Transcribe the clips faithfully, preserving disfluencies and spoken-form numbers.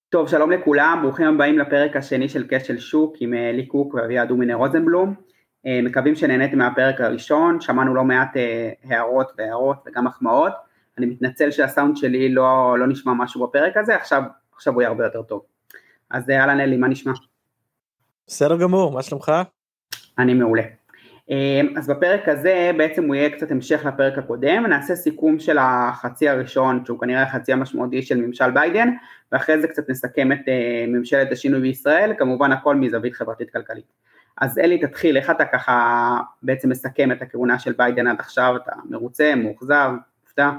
טוב, שלום לכולם, ברוכים הבאים לפרק השני של כשל שוק עם לי קוק ואביעד הומינר רוזנבלום. מקווים שנהניתם מהפרק הראשון, שמענו לא מעט הערות והערות וגם מחמאות. אני מתנצל שהסאונד שלי לא, לא נשמע משהו בפרק הזה, עכשיו, עכשיו הוא יהיה הרבה יותר טוב. אז אהלן אלי, מה נשמע? בסדר גמור, מה שלומך? אני מעולה. אז בפרק הזה בעצם הוא יהיה קצת המשך לפרק הקודם, נעשה סיכום של החצי הראשון, שהוא כנראה החצי המשמעותי של ממשל ביידן, ואחרי זה קצת נסכם את ממשלת השינוי בישראל, כמובן הכל מזווית חברתית כלכלית. אז אלי תתחיל, איך אתה ככה בעצם מסכם את הכהונה של ביידן עד עכשיו, אתה מרוצה, מאוכזב, מופתע?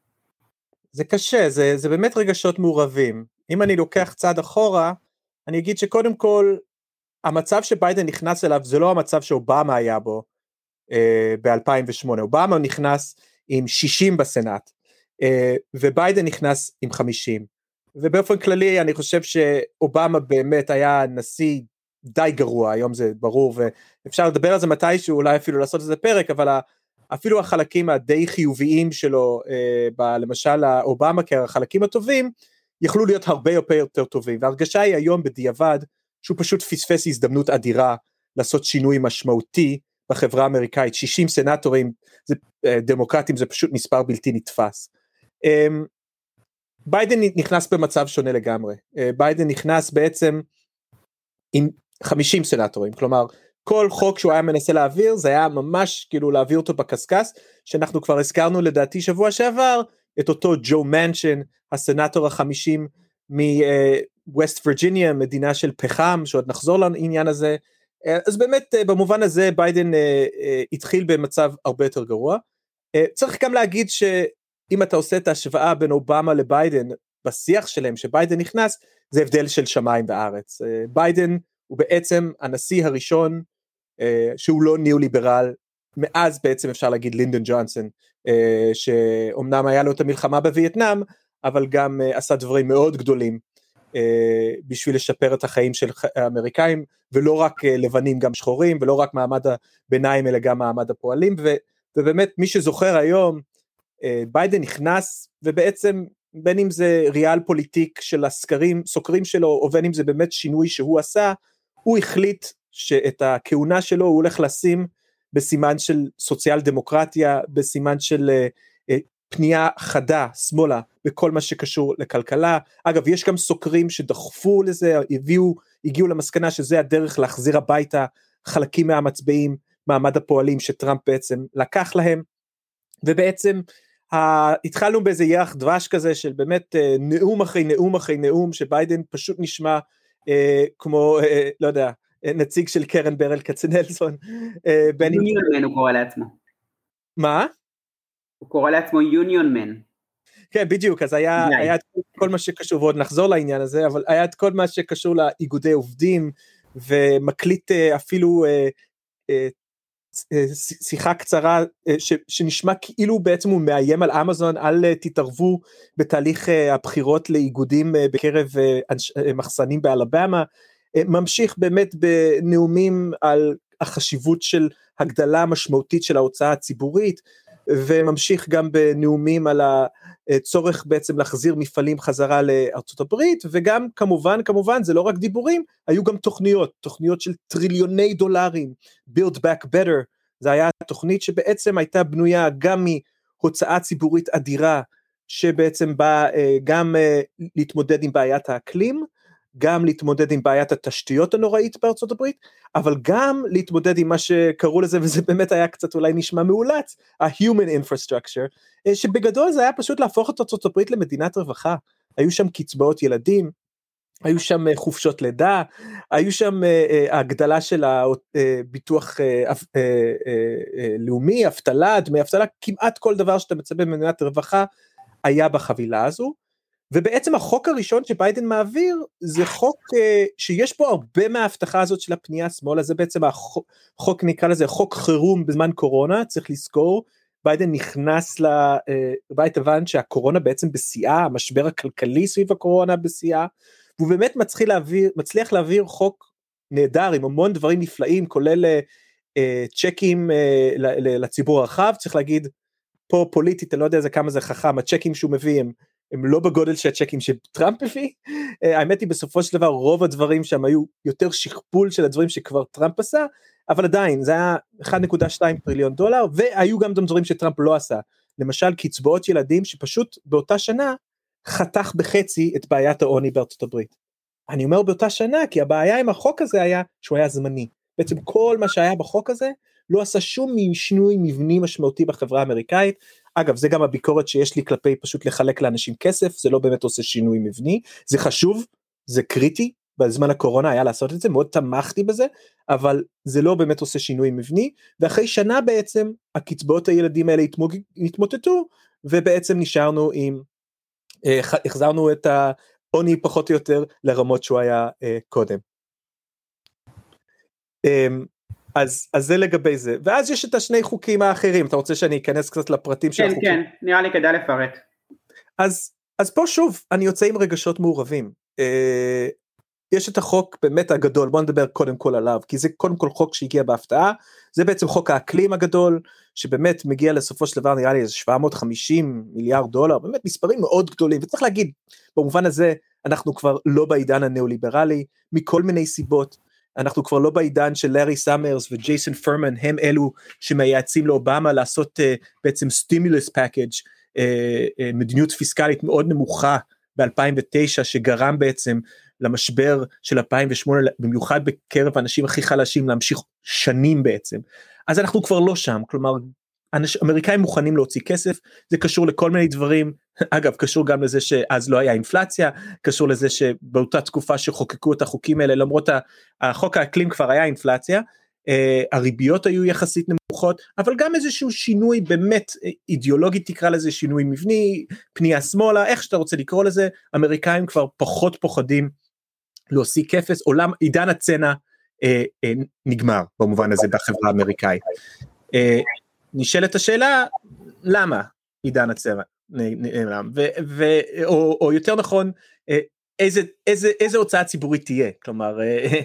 זה קשה, זה, זה באמת רגשות מעורבים. אם אני לוקח צעד אחורה, אני אגיד שקודם כל, המצב שביידן נכנס אליו, זה לא המצב שאובמה היה בו אה, ב-אלפיים ושמונה. אובמה נכנס עם שישים בסנאט, אה, וביידן נכנס עם חמישים. ובאופן כללי, אני חושב שאובמה באמת היה נשיא די גרוע, היום זה ברור, ואפשר לדבר על זה מתישהו, אולי אפילו לעשות איזה פרק, אבל ה... אפילו החלקים הדי חיוביים שלו, אה, ב, למשל האובמה, כי החלקים הטובים, יכלו להיות הרבה יותר טובים, וההרגשה היא היום בדיעבד, שהוא פשוט פספס הזדמנות אדירה, לעשות שינוי משמעותי בחברה האמריקאית, שישים סנטורים, זה, אה, דמוקרטים, זה פשוט מספר בלתי נתפס. אה, ביידן נכנס במצב שונה לגמרי, אה, ביידן נכנס בעצם, עם חמישים סנטורים, כלומר, כל חוק שהוא היה מנסה להעביר, זה היה ממש כאילו להעביר אותו בקסקס, שאנחנו כבר הזכרנו לדעתי שבוע שעבר, את אותו ג'ו מנשן, הסנטור החמישים מווסט וירג'יניה, מדינה של פחם, שעוד נחזור לעניין הזה, אז באמת במובן הזה ביידן התחיל במצב הרבה יותר גרוע, צריך גם להגיד שאם אתה עושה את ההשוואה בין אובמה לביידן, בשיח שלהם שביידן נכנס, זה הבדל של שמיים בארץ, ביידן הוא בעצם הנשיא הראשון, שהוא לא ניאו-ליברל, מאז בעצם אפשר להגיד לינדון ג'ונסון, שאומנם היה לו את המלחמה בווייטנאם, אבל גם עשה דברים מאוד גדולים, בשביל לשפר את החיים של האמריקאים, ולא רק לבנים גם שחורים, ולא רק מעמד הביניים, אלא גם מעמד הפועלים, ובאמת מי שזוכר היום, ביידן נכנס, ובעצם בין אם זה ריאל פוליטיק של הסקרים, סוקרים שלו, או בין אם זה באמת שינוי שהוא עשה, הוא החליט שאת הכהונה שלו הוא הולך לשים בסימן של סוציאל דמוקרטיה, בסימן של uh, פנייה חדה, שמאלה, בכל מה שקשור לכלכלה. אגב, יש גם סוקרים שדחפו לזה, הביאו, הגיעו למסקנה שזה הדרך להחזיר הביתה חלקים מהמצביעים, מעמד הפועלים שטראמפ בעצם לקח להם, ובעצם uh, התחלנו באיזה ירח דבש כזה, של באמת uh, נאום אחרי נאום אחרי נאום, שביידן פשוט נשמע uh, כמו, uh, לא יודע, נציג של קרן ברל כצנלסון. יוניון מן הוא קורא לעצמו. מה? הוא קורא לעצמו יוניון מן. כן, בדיוק, אז היה, היה כל מה שקשור, ועוד נחזור לעניין הזה, אבל היה את כל מה שקשור לאיגודי עובדים, ומקליט אפילו שיחה קצרה, שנשמע כאילו בעצם הוא מאיים על אמזון, על תתערבו בתהליך הבחירות לאיגודים בקרב מחסנים באלבמה, ממשיך באמת בנאומים על החשיבות של הגדלה משמעותית של ההוצאה הציבורית, וממשיך גם בנאומים על הצורך בעצם להחזיר מפעלים חזרה לארצות הברית, וגם כמובן, כמובן, זה לא רק דיבורים, היו גם תוכניות, תוכניות של טריליוני דולרים, Build Back Better, זה היה תוכנית שבעצם הייתה בנויה גם מהוצאה ציבורית אדירה, שבעצם באה גם להתמודד עם בעיית האקלים, גם להתמודד עם בעיית התשתיות הנוראית בארצות הברית, אבל גם להתמודד עם מה שקראו לזה, וזה באמת היה קצת אולי נשמע מעולץ, ה-human infrastructure, שבגדול זה היה פשוט להפוך את ארצות הברית למדינת רווחה, היו שם קצבאות ילדים, היו שם חופשות לידה, היו שם הגדלה של הביטוח לאומי, אבטלה, דמי אבטלה, כמעט כל דבר שאתה מצפה במדינת רווחה, היה בחבילה הזו, ובעצם החוק הראשון שביידן מעביר, זה חוק uh, שיש פה הרבה מההבטחה הזאת של הפנייה השמאלה, זה בעצם החוק, חוק נקרא לזה חוק חירום בזמן קורונה, צריך לזכור, ביידן נכנס לבית לבן שהקורונה בעצם בשיאה, המשבר הכלכלי סביב הקורונה בשיאה, והוא באמת מצליח להעביר, מצליח להעביר חוק נהדר, עם המון דברים נפלאים, כולל uh, צ'קים uh, לציבור הרחב, צריך להגיד, פה פוליטית, אני לא יודע איזה כמה זה חכם, הצ'קים שהוא מביא הם, הם לא בגודל של הצ'קים שטראמפ הביא, האמת היא בסופו של דבר רוב הדברים שם היו יותר שכפול של הדברים שכבר טראמפ עשה, אבל עדיין זה היה אחד נקודה שתיים טריליון דולר, והיו גם דברים שטראמפ לא עשה, למשל קצבאות ילדים שפשוט באותה שנה חתך בחצי את בעיית העוני בארצות הברית. אני אומר באותה שנה, כי הבעיה עם החוק הזה היה שהוא היה זמני, בעצם כל מה שהיה בחוק הזה לא עשה שום שינוי מבני משמעותי בחברה האמריקאית, אגב זה גם הביקורת שיש לי כלפי פשוט לחלק לאנשים כסף, זה לא באמת עושה שינוי מבני, זה חשוב, זה קריטי, בזמן הקורונה היה לעשות את זה, מאוד תמכתי בזה, אבל זה לא באמת עושה שינוי מבני, ואחרי שנה בעצם הקצבאות הילדים האלה התמוטטו, ובעצם נשארנו עם, החזרנו את העוני פחות או יותר לרמות שהוא היה קודם. אז, אז זה לגבי זה, ואז יש את השני חוקים האחרים, אתה רוצה שאני אכנס קצת לפרטים של כן, החוקים? כן, כן, נראה לי כדאי לפרט. אז, אז פה שוב, אני יוצא עם רגשות מעורבים, אה, יש את החוק באמת הגדול, בוא נדבר קודם כל עליו, כי זה קודם כל חוק שהגיע בהפתעה, זה בעצם חוק האקלים הגדול, שבאמת מגיע לסופו של דבר נראה לי איזה שבע מאות וחמישים מיליארד דולר, באמת מספרים מאוד גדולים, וצריך להגיד, במובן הזה, אנחנו כבר לא בעידן הנאו-ליברלי, מכל מיני סיבות, אנחנו כבר לא בעידן של לארי סאמרס וג'ייסון פרמן, הם אלו שמייעצים לאובמה לעשות uh, בעצם סטימולוס פאקג', uh, uh, מדיניות פיסקלית מאוד נמוכה ב-אלפיים ותשע, שגרם בעצם למשבר של אלפיים ושמונה, במיוחד בקרב האנשים הכי חלשים, להמשיך שנים בעצם. אז אנחנו כבר לא שם, כלומר, אמריקאים מוכנים להוציא כסף, זה קשור לכל מיני דברים, אגב, קשור גם לזה שאז לא היה אינפלציה, קשור לזה שבאותה תקופה שחוקקו את החוקים האלה, למרות החוק האקלים כבר היה אינפלציה, הריביות היו יחסית נמוכות, אבל גם איזשהו שינוי באמת אידיאולוגי, תקרא לזה שינוי מבני, פנייה שמאלה, איך שאתה רוצה לקרוא לזה, אמריקאים כבר פחות פוחדים להוציא כסף, עולם, עידן הצנע אה, אה, נגמר במובן הזה בחברה האמריקאית. אה, נשאלת השאלה, למה עידן הצנע נעלם, ו, ו, או, או יותר נכון, אה, איזה, איזה, איזה הוצאה ציבורית תהיה, כלומר,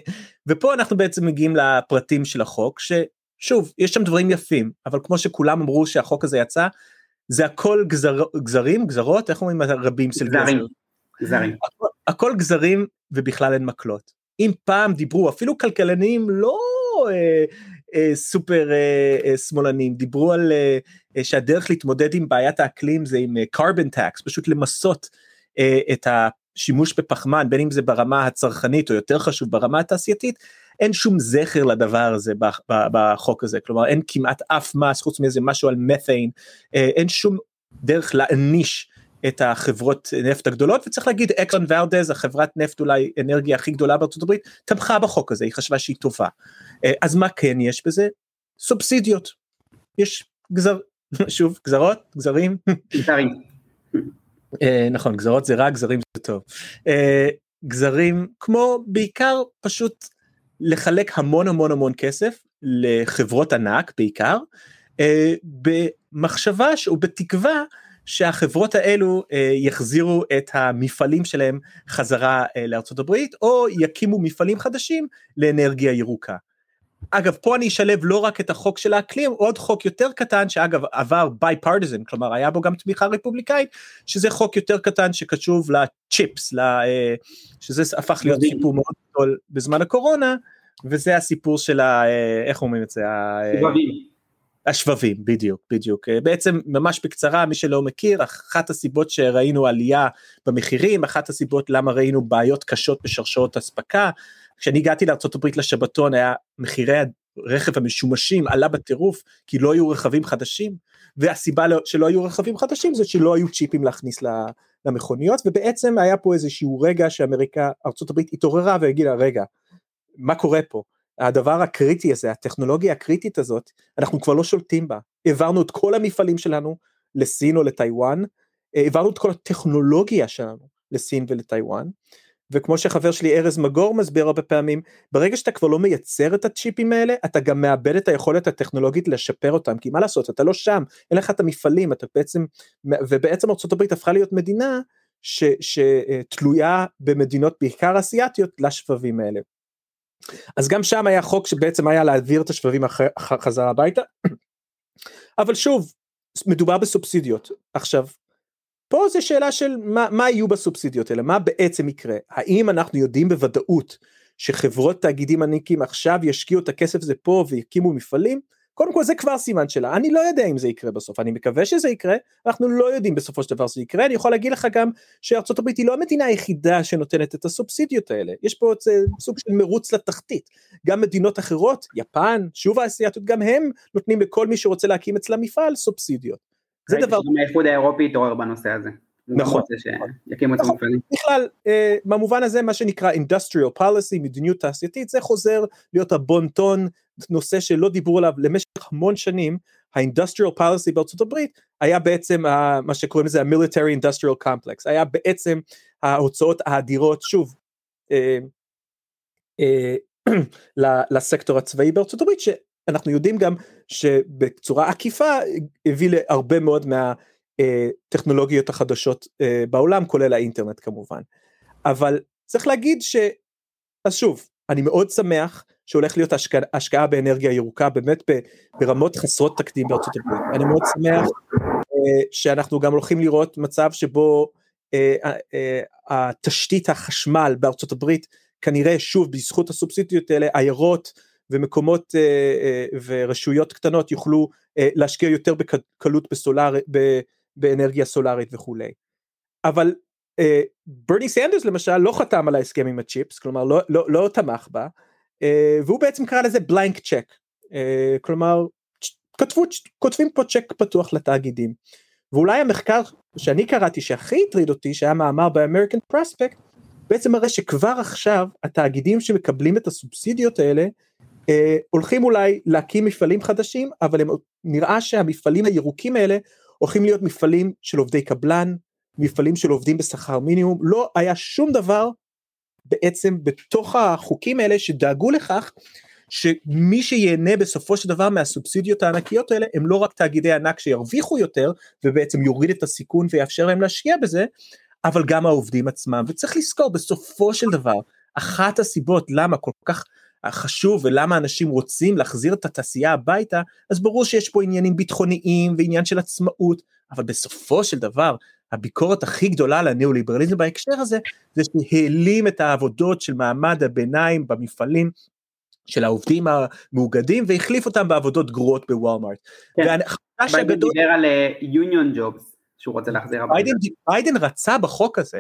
ופה אנחנו בעצם מגיעים לפרטים של החוק, ששוב, יש שם דברים יפים, אבל כמו שכולם אמרו שהחוק הזה יצא, זה הכל גזר, גזרים, גזרות, איך אומרים רבים של גזרים, גזרים. הכל, הכל גזרים ובכלל אין מקלות. אם פעם דיברו, אפילו כלכלנים לא אה, אה, סופר אה, אה, שמאלנים, דיברו על אה, אה, שהדרך להתמודד עם בעיית האקלים זה עם אה, carbon tax, פשוט למסות אה, את ה... שימוש בפחמן, בין אם זה ברמה הצרכנית, או יותר חשוב ברמה התעשייתית, אין שום זכר לדבר הזה בחוק הזה, כלומר אין כמעט אף מס, חוץ מאיזה משהו על מת'יין, אין שום דרך להעניש את החברות נפט הגדולות, וצריך להגיד, אקסון ואלדז, החברת נפט אולי אנרגיה הכי גדולה בארצות הברית, תמכה בחוק הזה, היא חשבה שהיא טובה. אז מה כן יש בזה? סובסידיות. יש גזר, שוב, גזרות, גזרים. גזרים. Uh, נכון, גזרות זה רע, גזרים זה טוב. Uh, גזרים, כמו בעיקר פשוט לחלק המון המון המון כסף לחברות ענק בעיקר, uh, במחשבה ובתקווה שהחברות האלו uh, יחזירו את המפעלים שלהם חזרה uh, לארצות הברית, או יקימו מפעלים חדשים לאנרגיה ירוקה. אגב, פה אני אשלב לא רק את החוק של האקלים, עוד חוק יותר קטן, שאגב עבר bipartisan, כלומר היה בו גם תמיכה רפובליקאית, שזה חוק יותר קטן שקשוב לצ'יפס, שזה הפך להיות סיפור מאוד גדול בזמן הקורונה, וזה הסיפור של, ה, איך אומרים את זה? שבבים. השבבים, בדיוק, בדיוק. בעצם ממש בקצרה, מי שלא מכיר, אחת הסיבות שראינו עלייה במחירים, אחת הסיבות למה ראינו בעיות קשות בשרשרות הספקה, כשאני הגעתי לארצות הברית לשבתון, היה מחירי הרכב המשומשים עלה בטירוף, כי לא היו רכבים חדשים, והסיבה שלא היו רכבים חדשים, זה שלא היו צ'יפים להכניס למכוניות, ובעצם היה פה איזשהו רגע, שאמריקה, ארצות הברית התעוררה, והגיעה, רגע, מה קורה פה? הדבר הקריטי הזה, הטכנולוגיה הקריטית הזאת, אנחנו כבר לא שולטים בה, העברנו את כל המפעלים שלנו, לסין או לטיואן, העברנו את כל הטכנולוגיה שלנו, לסין ולטיואן, וכמו שחבר שלי ארז מגור מסביר הרבה פעמים, ברגע שאתה כבר לא מייצר את הצ'יפים האלה, אתה גם מאבד את היכולת הטכנולוגית לשפר אותם, כי מה לעשות, אתה לא שם, אין לך את המפעלים, אתה בעצם, ובעצם ארצות הברית הפכה להיות מדינה, ש, שתלויה במדינות בעיקר אסיאטיות, לשבבים האלה. אז גם שם היה חוק שבעצם היה להעביר את השבבים חזרה הביתה, אבל שוב, מדובר בסובסידיות. עכשיו, פה זה שאלה של מה, מה יהיו בסובסידיות האלה, מה בעצם יקרה, האם אנחנו יודעים בוודאות שחברות תאגידים ענקים עכשיו ישקיעו את הכסף הזה פה ויקימו מפעלים, קודם כל זה כבר סימן שלה, אני לא יודע אם זה יקרה בסוף, אני מקווה שזה יקרה, אנחנו לא יודעים בסופו של דבר שזה יקרה, אני יכול להגיד לך גם שארצות הברית היא לא המדינה היחידה שנותנת את הסובסידיות האלה, יש פה סוג של מרוץ לתחתית, גם מדינות אחרות, יפן, שוב האסייתיות, גם הם נותנים לכל מי שרוצה להקים אצלה מפעל סובסידיות. זה דבר... גם האיחוד האירופי התעורר בנושא הזה. נכון. שיקימו את המפעלים. בכלל, במובן הזה מה שנקרא industrial policy, מדיניות תעשייתית, זה חוזר להיות הבון-טון, נושא שלא דיברו עליו למשך המון שנים, ה-industrial policy בארצות הברית, היה בעצם מה שקוראים לזה ה-military industrial complex, היה בעצם ההוצאות האדירות, שוב, לסקטור הצבאי בארצות הברית, שאנחנו יודעים גם שבצורה עקיפה, הביא להרבה מאוד מהטכנולוגיות החדשות בעולם, כולל האינטרנט כמובן. אבל צריך להגיד ש... אז שוב, אני מאוד שמח שהולך להיות השקעה, השקעה באנרגיה ירוקה, באמת ברמות חסרות תקדים בארצות הברית. אני מאוד שמח שאנחנו גם הולכים לראות מצב שבו התשתית החשמל בארצות הברית, כנראה שוב בזכות הסובסידיות האלה, עיירות ומקומות ורשויות קטנות יוכלו להשקיע יותר בקלות בסולר, באנרגיה סולרית וכו'. אבל ברני סנדרס למשל לא חתם על ההסכם עם הצ'יפס, כלומר לא, לא, לא תמך בה, והוא בעצם קרא לזה בלנק צ'ק, כלומר כתבו, כותבים פה צ'ק פתוח לתאגידים, ואולי המחקר שאני קראתי שהכי הטריד אותי, שהיה מאמר באמריקן פרוספקט, בעצם מראה שכבר עכשיו התאגידים שמקבלים את הסובסידיות האלה, הולכים אולי להקים מפעלים חדשים, אבל הם, נראה שהמפעלים הירוקים האלה, הולכים להיות מפעלים של עובדי קבלן, מפעלים של עובדים בשכר מינימום, לא היה שום דבר בעצם בתוך החוקים האלה שדאגו לכך שמי שיהנה בסופו של דבר מהסובסידיות הענקיות האלה, הם לא רק תאגידי ענק שירוויחו יותר, ובעצם יוריד את הסיכון ויאפשר להם להשקיע בזה, אבל גם העובדים עצמם, וצריך לזכור בסופו של דבר, אחת הסיבות למה כל כך חשוב ולמה אנשים רוצים להחזיר את התעשייה הביתה, אז ברור שיש פה עניינים ביטחוניים ועניין של עצמאות, אבל בסופו של דבר, הביקורת הכי גדולה לניאו-ליברליזם בהקשר הזה, זה שהעלים את העבודות של מעמד הביניים במפעלים, של העובדים המאוגדים, והחליף אותם בעבודות גרועות בוולמארט. כן, ביידן דיבר על יוניון ג'ובס, שהוא רוצה להחזיר הביתה. ביידן רצה בחוק הזה,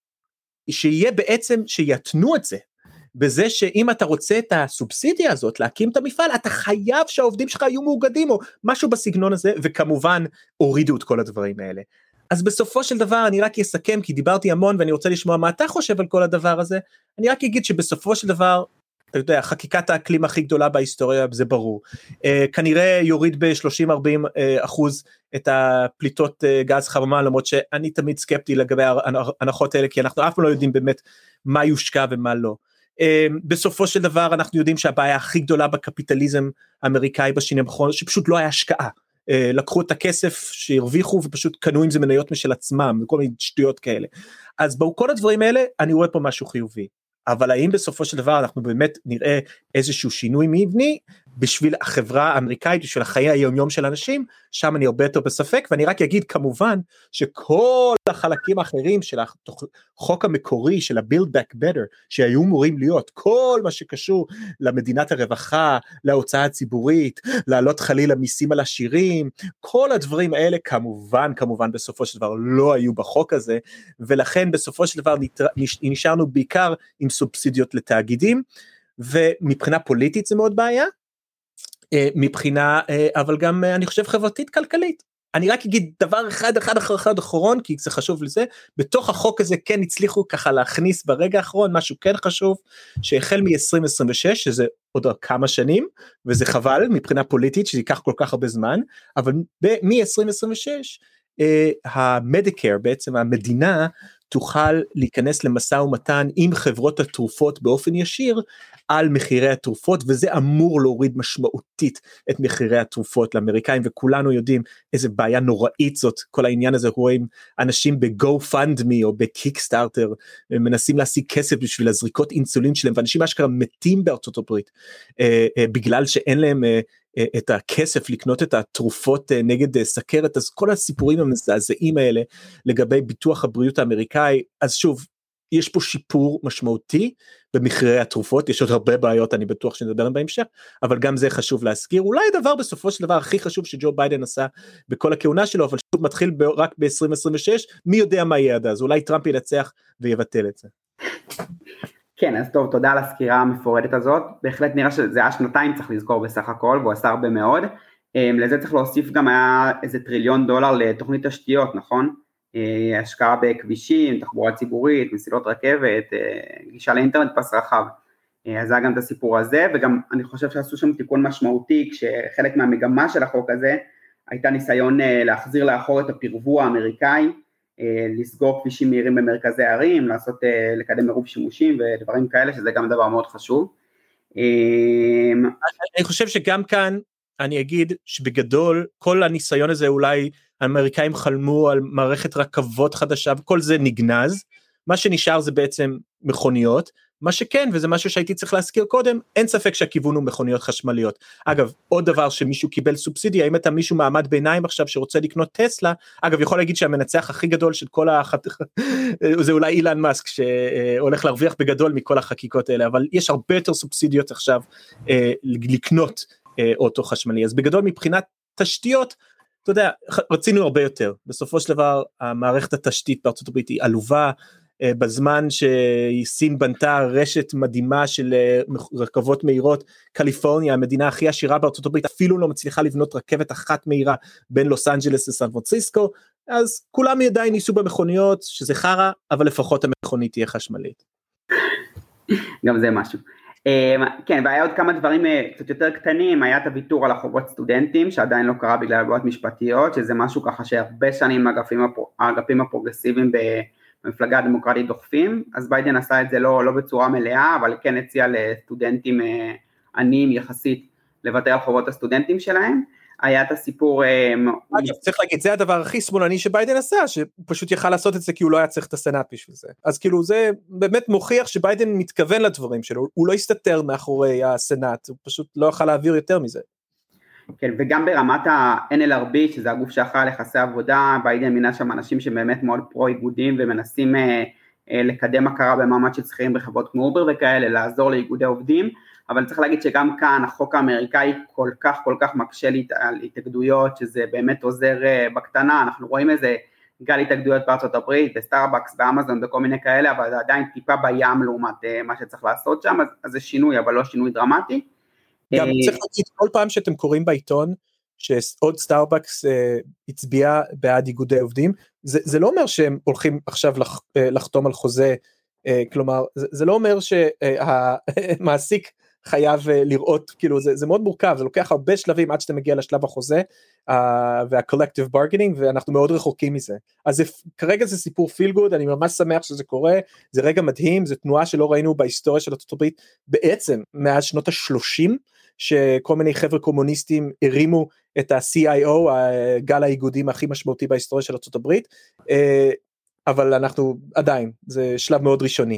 שיהיה בעצם, שיתנו את זה, בזה שאם אתה רוצה את הסובסידיה הזאת, להקים את המפעל, אתה חייב שהעובדים שלך יהיו מאוגדים, או משהו בסגנון הזה, וכמובן, הורידו את כל הדברים האלה. אז בסופו של דבר, אני רק אסכם, כי דיברתי המון, ואני רוצה לשמוע מה אתה חושב על כל הדבר הזה, אני רק אגיד שבסופו של דבר, אתה יודע, חקיקת האקלים הכי גדולה בהיסטוריה, זה ברור. Uh, כנראה יוריד ב-שלושים עד ארבעים אחוז את הפליטות uh, גז חממה, למרות שאני תמיד סקפטי לגבי ההנחות האלה, כי אנחנו אף פעם לא יודעים באמת מה יושקע ומה לא. Uh, בסופו של דבר, אנחנו יודעים שהבעיה הכי גדולה בקפיטליזם האמריקאי בשנים האחרונות, שפשוט לא היה השקעה. Uh, לקחו את הכסף שהרוויחו, ופשוט קנו עם זה מניות משל עצמם, וכל מיני שטויות כאלה. אז בכל הדברים האלה, אני רואה פה משהו חיובי. אבל האם בסופו של דבר אנחנו באמת נראה איזשהו שינוי מבני בשביל החברה האמריקאית, בשביל החיי היומיום של אנשים, שם אני הרבה יותר בספק, ואני רק אגיד כמובן שכל החלקים האחרים של החוק המקורי של ה-Build Back Better, שהיו אמורים להיות, כל מה שקשור למדינת הרווחה, להוצאה הציבורית, לעלות חלילה מיסים על עשירים, כל הדברים האלה כמובן, כמובן בסופו של דבר לא היו בחוק הזה, ולכן בסופו של דבר נשארנו בעיקר עם סובסידיות לתאגידים, ומבחינה פוליטית זה מאוד בעיה, מבחינה, אבל גם אני חושב חברתית כלכלית. אני רק אגיד דבר אחד אחד אחר אחד אחרון, כי זה חשוב לזה, בתוך החוק הזה כן הצליחו ככה להכניס ברגע האחרון, משהו כן חשוב, שהחל מ-עשרים עשרים ושש, שזה עוד כמה שנים, וזה חבל מבחינה פוליטית, שזה ייקח כל כך הרבה זמן, אבל מ-עשרים עשרים ושש, המדיקר, בעצם המדינה, תוכל להיכנס למשא ומתן עם חברות התרופות באופן ישיר על מחירי התרופות, וזה אמור להוריד משמעותית את מחירי התרופות לאמריקאים, וכולנו יודעים איזה בעיה נוראית זאת, כל העניין הזה, רואים אנשים ב-GoFundMe או בקיקסטארטר, מנסים להשיג כסף בשביל הזריקות אינסולין שלהם, ואנשים אשכרה מתים בארצות הברית, אה, אה, בגלל שאין להם אה, את הכסף לקנות את התרופות נגד סכרת, אז כל הסיפורים המזעזעים האלה לגבי ביטוח הבריאות האמריקאי, אז שוב, יש פה שיפור משמעותי במחירי התרופות, יש עוד הרבה בעיות, אני בטוח שנדבר עליהם בהמשך, אבל גם זה חשוב להזכיר, אולי הדבר בסופו של דבר הכי חשוב שג'ו ביידן עשה בכל הכהונה שלו, אבל שוב מתחיל רק ב-עשרים עשרים ושש, מי יודע מה יהיה עד אז, אולי טראמפ ינצח ויבטל את זה. כן, אז טוב, תודה על הסקירה המפורטת הזאת, בהחלט נראה שזה היה שנתיים צריך לזכור בסך הכל, והוא עשה הרבה מאוד, לזה צריך להוסיף גם היה איזה טריליון דולר לתוכנית תשתיות, נכון? השקעה בכבישים, תחבורה ציבורית, מסילות רכבת, גישה לאינטרנט פס רחב, אז זה היה גם את הסיפור הזה, וגם אני חושב שעשו שם תיקון משמעותי, כשחלק מהמגמה של החוק הזה, הייתה ניסיון להחזיר לאחור את הפרבוע האמריקאי, לסגור כבישים מהירים במרכזי הערים, לעשות, לקדם עירוב שימושים ודברים כאלה, שזה גם דבר מאוד חשוב. אני חושב שגם כאן, אני אגיד שבגדול, כל הניסיון הזה אולי, האמריקאים חלמו על מערכת רכבות חדשה, וכל זה נגנז, מה שנשאר זה בעצם מכוניות, מה שכן, וזה משהו שהייתי צריך להזכיר קודם, אין ספק שהכיוון הוא מכוניות חשמליות. אגב, עוד דבר שמישהו קיבל סובסידיה, אם אתה מישהו מעמד ביניים עכשיו שרוצה לקנות טסלה, אגב, יכול להגיד שהמנצח הכי גדול של כל החתיכה, זה אולי אילן מאסק, שהולך להרוויח בגדול מכל החקיקות האלה, אבל יש הרבה יותר סובסידיות עכשיו לקנות אוטו חשמלי, אז בגדול מבחינת תשתיות, אתה יודע, רצינו הרבה יותר, בסופו של דבר, המערכת התשתית בארצות הברית היא עלובה, בזמן שסין בנתה רשת מדהימה של רכבות מהירות, קליפורניה, המדינה הכי עשירה בארצות הברית, אפילו לא מצליחה לבנות רכבת אחת מהירה, בין לוס אנג'לס לסן פרנסיסקו, אז כולם עדיין ניסו במכוניות, שזה חרה, אבל לפחות המכונית תהיה חשמלית. גם זה משהו. כן, והיה עוד כמה דברים קצת יותר קטנים, היה את הוויתור על החובות סטודנטים, שעדיין לא קרה בגלל בעיות משפטיות, שזה משהו ככה שהרבה שנים האגפים הפרוגרסיביים במפלגה הדמוקרטית דוחפים, אז ביידן עשה את זה לא, לא בצורה מלאה, אבל כן הציע לסטודנטים עניים יחסית לוותר על חובות הסטודנטים שלהם, היה את הסיפור... אגב, צריך להגיד, זה הדבר הכי שמאלני שביידן עשה, שפשוט יכל לעשות את זה כי הוא לא היה צריך את הסנאט בשביל זה. אז כאילו זה באמת מוכיח שביידן מתכוון לדברים שלו, הוא לא הסתתר מאחורי הסנאט, הוא פשוט לא יכל להעביר יותר מזה. כן, וגם ברמת ה-אן אל אר בי, שזה הגוף שאחראי על יחסי עבודה, ביידן מינה שם אנשים שבאמת מאוד פרו-איגודים, ומנסים אה, אה, לקדם הכרה במעמד של שכירים בחברות כמו אובר וכאלה, לעזור לאיגודי עובדים, אבל צריך להגיד שגם כאן החוק האמריקאי כל כך כל כך מקשה על התאגדויות, שזה באמת עוזר בקטנה, אנחנו רואים איזה גל התאגדויות בארצות הברית, בסטארבקס, באמזון, בכל מיני כאלה, אבל זה עדיין טיפה בים לעומת מה שצריך לעשות שם, אז, אז זה שינוי, אבל לא שינוי דרמטי. גם צריך להגיד, כל פעם שאתם קוראים בעיתון, שעוד סטארבקס אה, הצביע בעד איגודי עובדים, זה, זה לא אומר שהם הולכים עכשיו לח, אה, לחתום על חוזה, אה, כלומר, זה, זה לא אומר שהמעסיק, חייב לראות, כאילו זה, זה מאוד מורכב, זה לוקח הרבה שלבים עד שאתה מגיע לשלב החוזה, uh, וה-collective bargaining, ואנחנו מאוד רחוקים מזה. אז זה, כרגע זה סיפור feel good, אני ממש שמח שזה קורה, זה רגע מדהים, זה תנועה שלא ראינו בהיסטוריה של ארצות הברית, בעצם מאז שנות ה-שלושים, שכל מיני חבר'ה קומוניסטים הרימו את ה-סי איי או, הגל האיגודים הכי משמעותי בהיסטוריה של ארצות הברית, uh, אבל אנחנו עדיין, זה שלב מאוד ראשוני.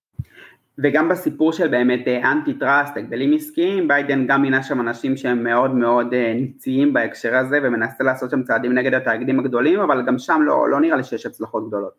וגם בסיפור של באמת אנטי טראסט, הגבלים עסקיים, ביידן גם מינה שם אנשים שהם מאוד מאוד ניציים בהקשר הזה, ומנסה לעשות שם צעדים נגד התאגידים הגדולים, אבל גם שם לא, לא נראה לי שיש הצלחות גדולות.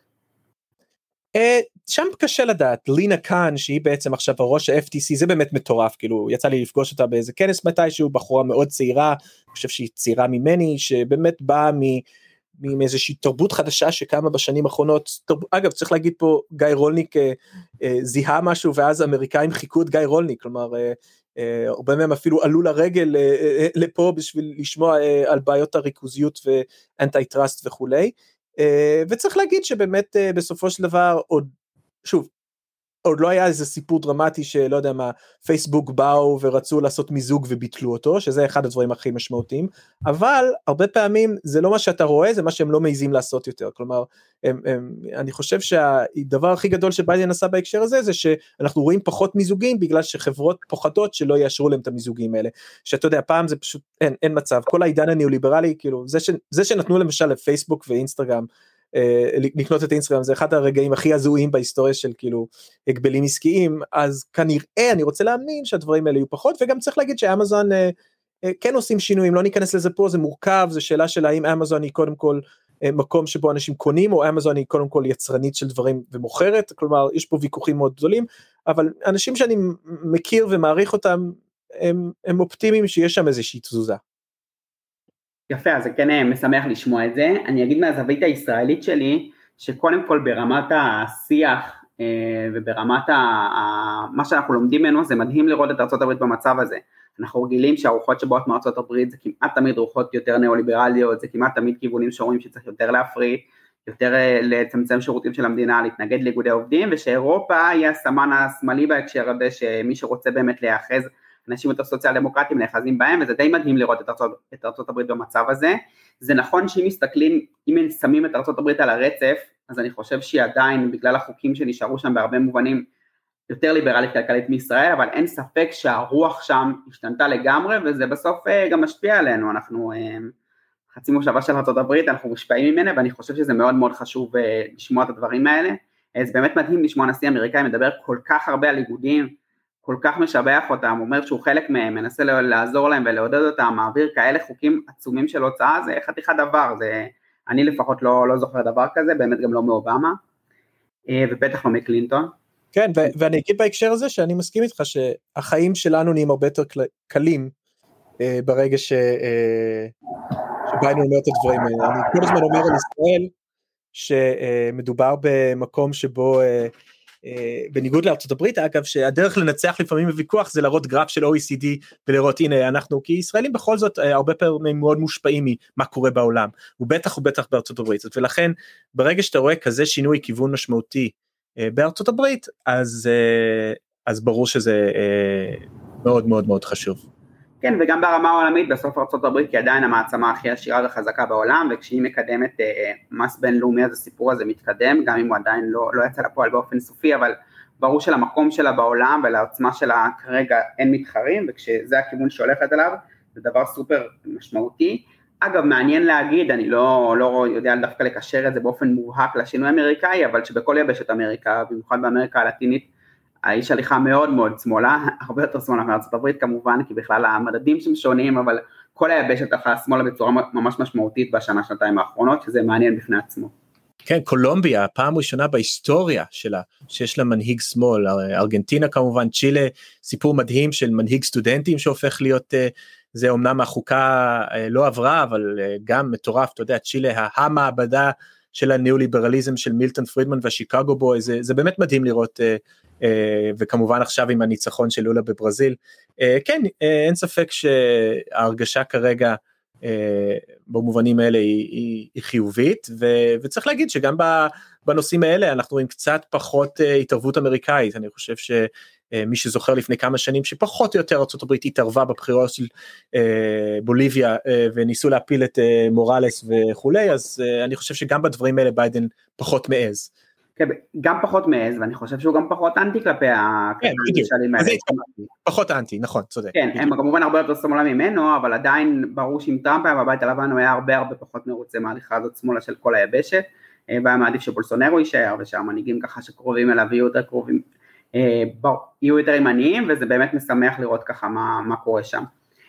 שם קשה לדעת, לינה קאן, שהיא בעצם עכשיו הראש ה-אף טי סי, זה באמת מטורף, כאילו יצא לי לפגוש אותה באיזה כנס מתישהו, בחורה מאוד צעירה, אני חושב שהיא צעירה ממני, שבאמת באה מ... מאיזושהי תרבות חדשה שקמה בשנים האחרונות, אגב צריך להגיד פה גיא רולניק אה, אה, זיהה משהו ואז האמריקאים חיכו את גיא רולניק, כלומר אה, אה, הרבה מהם אפילו עלו לרגל אה, אה, לפה בשביל לשמוע אה, על בעיות הריכוזיות ואנטי טראסט וכולי, אה, וצריך להגיד שבאמת אה, בסופו של דבר עוד, שוב, עוד לא היה איזה סיפור דרמטי שלא יודע מה, פייסבוק באו ורצו לעשות מיזוג וביטלו אותו, שזה אחד הדברים הכי משמעותיים, אבל הרבה פעמים זה לא מה שאתה רואה, זה מה שהם לא מעיזים לעשות יותר, כלומר, הם, הם, אני חושב שהדבר הכי גדול שביידן עשה בהקשר הזה, זה שאנחנו רואים פחות מיזוגים, בגלל שחברות פוחדות שלא יאשרו להם את המיזוגים האלה, שאתה יודע, פעם זה פשוט, אין, אין מצב, כל העידן הניאו-ליברלי, כאילו, זה, ש, זה שנתנו למשל לפייסבוק ואינסטגרם, לקנות את אינסטגרם, זה אחד הרגעים הכי הזויים בהיסטוריה של כאילו הגבלים עסקיים, אז כנראה אני רוצה להאמין שהדברים האלה יהיו פחות, וגם צריך להגיד שאמזון כן עושים שינויים, לא ניכנס לזה פה, זה מורכב, זה שאלה של האם אמזון היא קודם כל מקום שבו אנשים קונים, או אמזון היא קודם כל יצרנית של דברים ומוכרת, כלומר יש פה ויכוחים מאוד גדולים, אבל אנשים שאני מכיר ומעריך אותם, הם, הם אופטימיים שיש שם איזושהי תזוזה. יפה, אז זה כן משמח לשמוע את זה. אני אגיד מהזווית הישראלית שלי, שקודם כל ברמת השיח, וברמת ה... מה שאנחנו לומדים ממנו, זה מדהים לראות את ארצות הברית במצב הזה. אנחנו רגילים שהרוחות שבאות מארצות הברית, זה כמעט תמיד רוחות יותר ניאו-ליברליות, זה כמעט תמיד כיוונים שרואים שצריך יותר להפריט, יותר לצמצם שירותים של המדינה, להתנגד לאיגודי עובדים, ושאירופה היא הסמן השמאלי בהקשר הזה, שמי שרוצה באמת להיאחז, אנשים יותר סוציאל דמוקרטיים נאחזים בהם, וזה די מדהים לראות את ארצות, את ארצות הברית במצב הזה. זה נכון שאם מסתכלים, אם הם שמים את ארצות הברית על הרצף, אז אני חושב שהיא עדיין, בגלל החוקים שנשארו שם בהרבה מובנים, יותר ליברלית כלכלית מישראל, אבל אין ספק שהרוח שם השתנתה לגמרי, וזה בסוף גם משפיע עלינו. אנחנו חצי מושבה של ארצות הברית, אנחנו מושפעים ממנה, ואני חושב שזה מאוד מאוד חשוב לשמוע את הדברים האלה. זה באמת מדהים לשמוע נשיא אמריקאי מדבר כל כך הרבה על איגודים, כל כך משבח אותם, אומר שהוא חלק מהם, מנסה לעזור להם ולעודד אותם, מעביר כאלה חוקים עצומים של הוצאה, זה חתיכת דבר, זה, אני לפחות לא, לא זוכר דבר כזה, באמת גם לא מאובמה, ובטח לא מקלינטון. כן, ו- ואני אגיד בהקשר הזה שאני מסכים איתך שהחיים שלנו נהיים הרבה יותר קלים, אה, ברגע ש, אה, שביידן אומר את הדברים האלה. אני כל הזמן אומר על ישראל, שמדובר במקום שבו, אה, בניגוד לארצות הברית, אגב, שהדרך לנצח לפעמים בוויכוח, זה להראות גרף של או אי סי די, ולראות, הנה, אנחנו, כי ישראלים בכל זאת, הרבה פעמים מאוד מושפעים ממה קורה בעולם, ובטח ובטח בארצות הברית, ולכן, ברגע שאתה רואה כזה שינוי כיוון משמעותי, בארצות הברית, אז, אז ברור שזה מאוד מאוד מאוד חשוב. כן, וגם ברמה העולמית, בסוף ארצות הברית היא עדיין המעצמה הכי עשירה וחזקה בעולם, וכשהיא מקדמת מס בינלאומי, אז הסיפור הזה מתקדם, גם אם הוא עדיין לא, לא יצא לפועל באופן סופי, אבל ברור שלמקום שלה בעולם ולעוצמה שלה כרגע אין מתחרים, וכשזה הכיוון שהולכת אליו, זה דבר סופר משמעותי. אגב, מעניין להגיד, אני לא, לא יודע דווקא לקשר את זה באופן מובהק לשינוי האמריקאי, אבל שבכל יבשת אמריקה, במיוחד באמריקה הלטינית, האיש הליכה מאוד מאוד שמאלה, הרבה יותר שמאלה מארצות הברית כמובן, כי בכלל המדדים שם שונים, אבל כל היבשת הלכה שמאלה בצורה ממש משמעותית בשנה, שנתיים האחרונות, שזה מעניין בפני עצמו. כן, קולומביה, הפעם ראשונה בהיסטוריה שלה, שיש לה מנהיג שמאל, ארגנטינה כמובן, צ'ילה, סיפור מדהים של מנהיג סטודנטים שהופך להיות, זה אומנם החוקה לא עברה, אבל גם מטורף, אתה יודע, צ'ילה, המעבדה של הניאו-ליברליזם של מילטון פרידמן והשיקגו בוי, זה, זה באמת מדהים לראות, וכמובן עכשיו עם הניצחון של לולה בברזיל, כן, אין ספק שההרגשה כרגע, במובנים האלה היא, היא, היא חיובית, ו, וצריך להגיד שגם בנושאים האלה אנחנו רואים קצת פחות התערבות אמריקאית. אני חושב שמי שזוכר לפני כמה שנים שפחות או יותר ארצות הברית התערבה בבחירות של בוליביה, וניסו להפיל את מורלס וכולי, אז אני חושב שגם בדברים האלה ביידן פחות מעז. גם פחות מעז, ואני חושב שהוא גם פחות אנטי כלפי הכשלים האלה. פחות אנטי, נכון, צודק. כן, הם כמובן הרבה יותר שמאלה ממנו, אבל עדיין ברור שעם טראמפ היה בבית הלבן, הוא היה הרבה הרבה פחות מרוצה מההליכה הזאת שמאלה של כל היבשת, והיה מעדיף שבולסונרו יישאר, ושהמנהיגים ככה שקרובים אליו יהיו יותר קרובים, יהיו יותר ימניים, וזה באמת משמח לראות ככה מה קורה שם.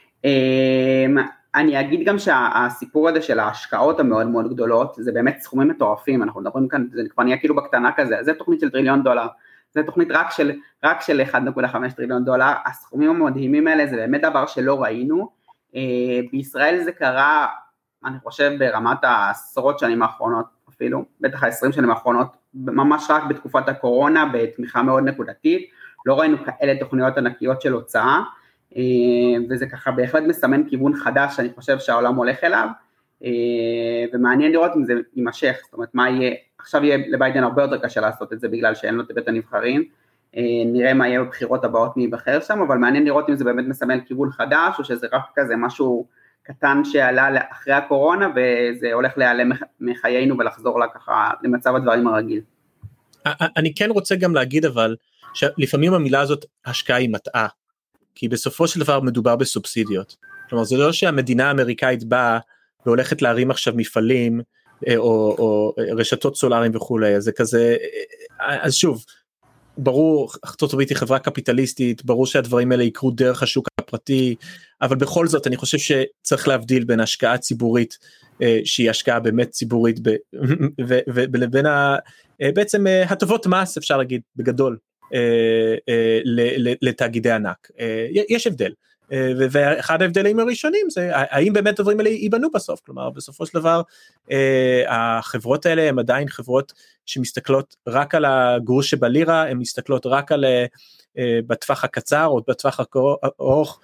אני אגיד גם שהסיפור הזה של ההשקעות המאוד מאוד גדולות, זה באמת סכומים מטורפים, אנחנו מדברים כאן, זה כבר נהיה כאילו בקטנה כזה, זה תוכנית של טריליון דולר, זה תוכנית רק של, רק של אחד נקודה חמש טריליון דולר, הסכומים המדהימים האלה, זה באמת דבר שלא ראינו, בישראל זה קרה, אני חושב ברמת העשרות שנים האחרונות אפילו, בטח ה-עשרים שנים האחרונות, ממש רק בתקופת הקורונה, בתמיכה מאוד נקודתית, לא ראינו כאלה תוכניות ענקיות של הוצאה, וזה ככה בהחלט מסמן כיוון חדש שאני חושב שהעולם הולך אליו, ומעניין לראות אם זה יימשך, זאת אומרת מה יהיה, עכשיו יהיה לביידן הרבה יותר קשה לעשות את זה בגלל שאין לו את בית הנבחרים, נראה מה יהיה בבחירות הבאות מי ייבחר שם, אבל מעניין לראות אם זה באמת מסמן כיוון חדש, או שזה רק כזה משהו קטן שעלה אחרי הקורונה, וזה הולך להיעלם מחיינו ולחזור לה ככה למצב הדברים הרגיל. אני כן רוצה גם להגיד אבל, שלפעמים המילה הזאת השקעה היא מטעה, כי בסופו של דבר מדובר בסובסידיות, כלומר זה לא שהמדינה האמריקאית באה והולכת להרים עכשיו מפעלים, או, או רשתות סולאריים וכולי, אז זה כזה, אז שוב, ברור, ארצות הברית היא חברה קפיטליסטית, ברור שהדברים האלה יקרו דרך השוק הפרטי, אבל בכל זאת אני חושב שצריך להבדיל בין השקעה ציבורית, שהיא השקעה באמת ציבורית, ולבין בעצם הטבות מס, אפשר להגיד, בגדול, לתאגידי ענק. יש הבדל. ואחד ההבדלים הראשונים זה האם באמת הדברים האלה ייבנו בסוף, כלומר בסופו של דבר החברות האלה הן עדיין חברות שמסתכלות רק על הגרוש שבלירה, הן מסתכלות רק על בטווח הקצר או בטווח הארוך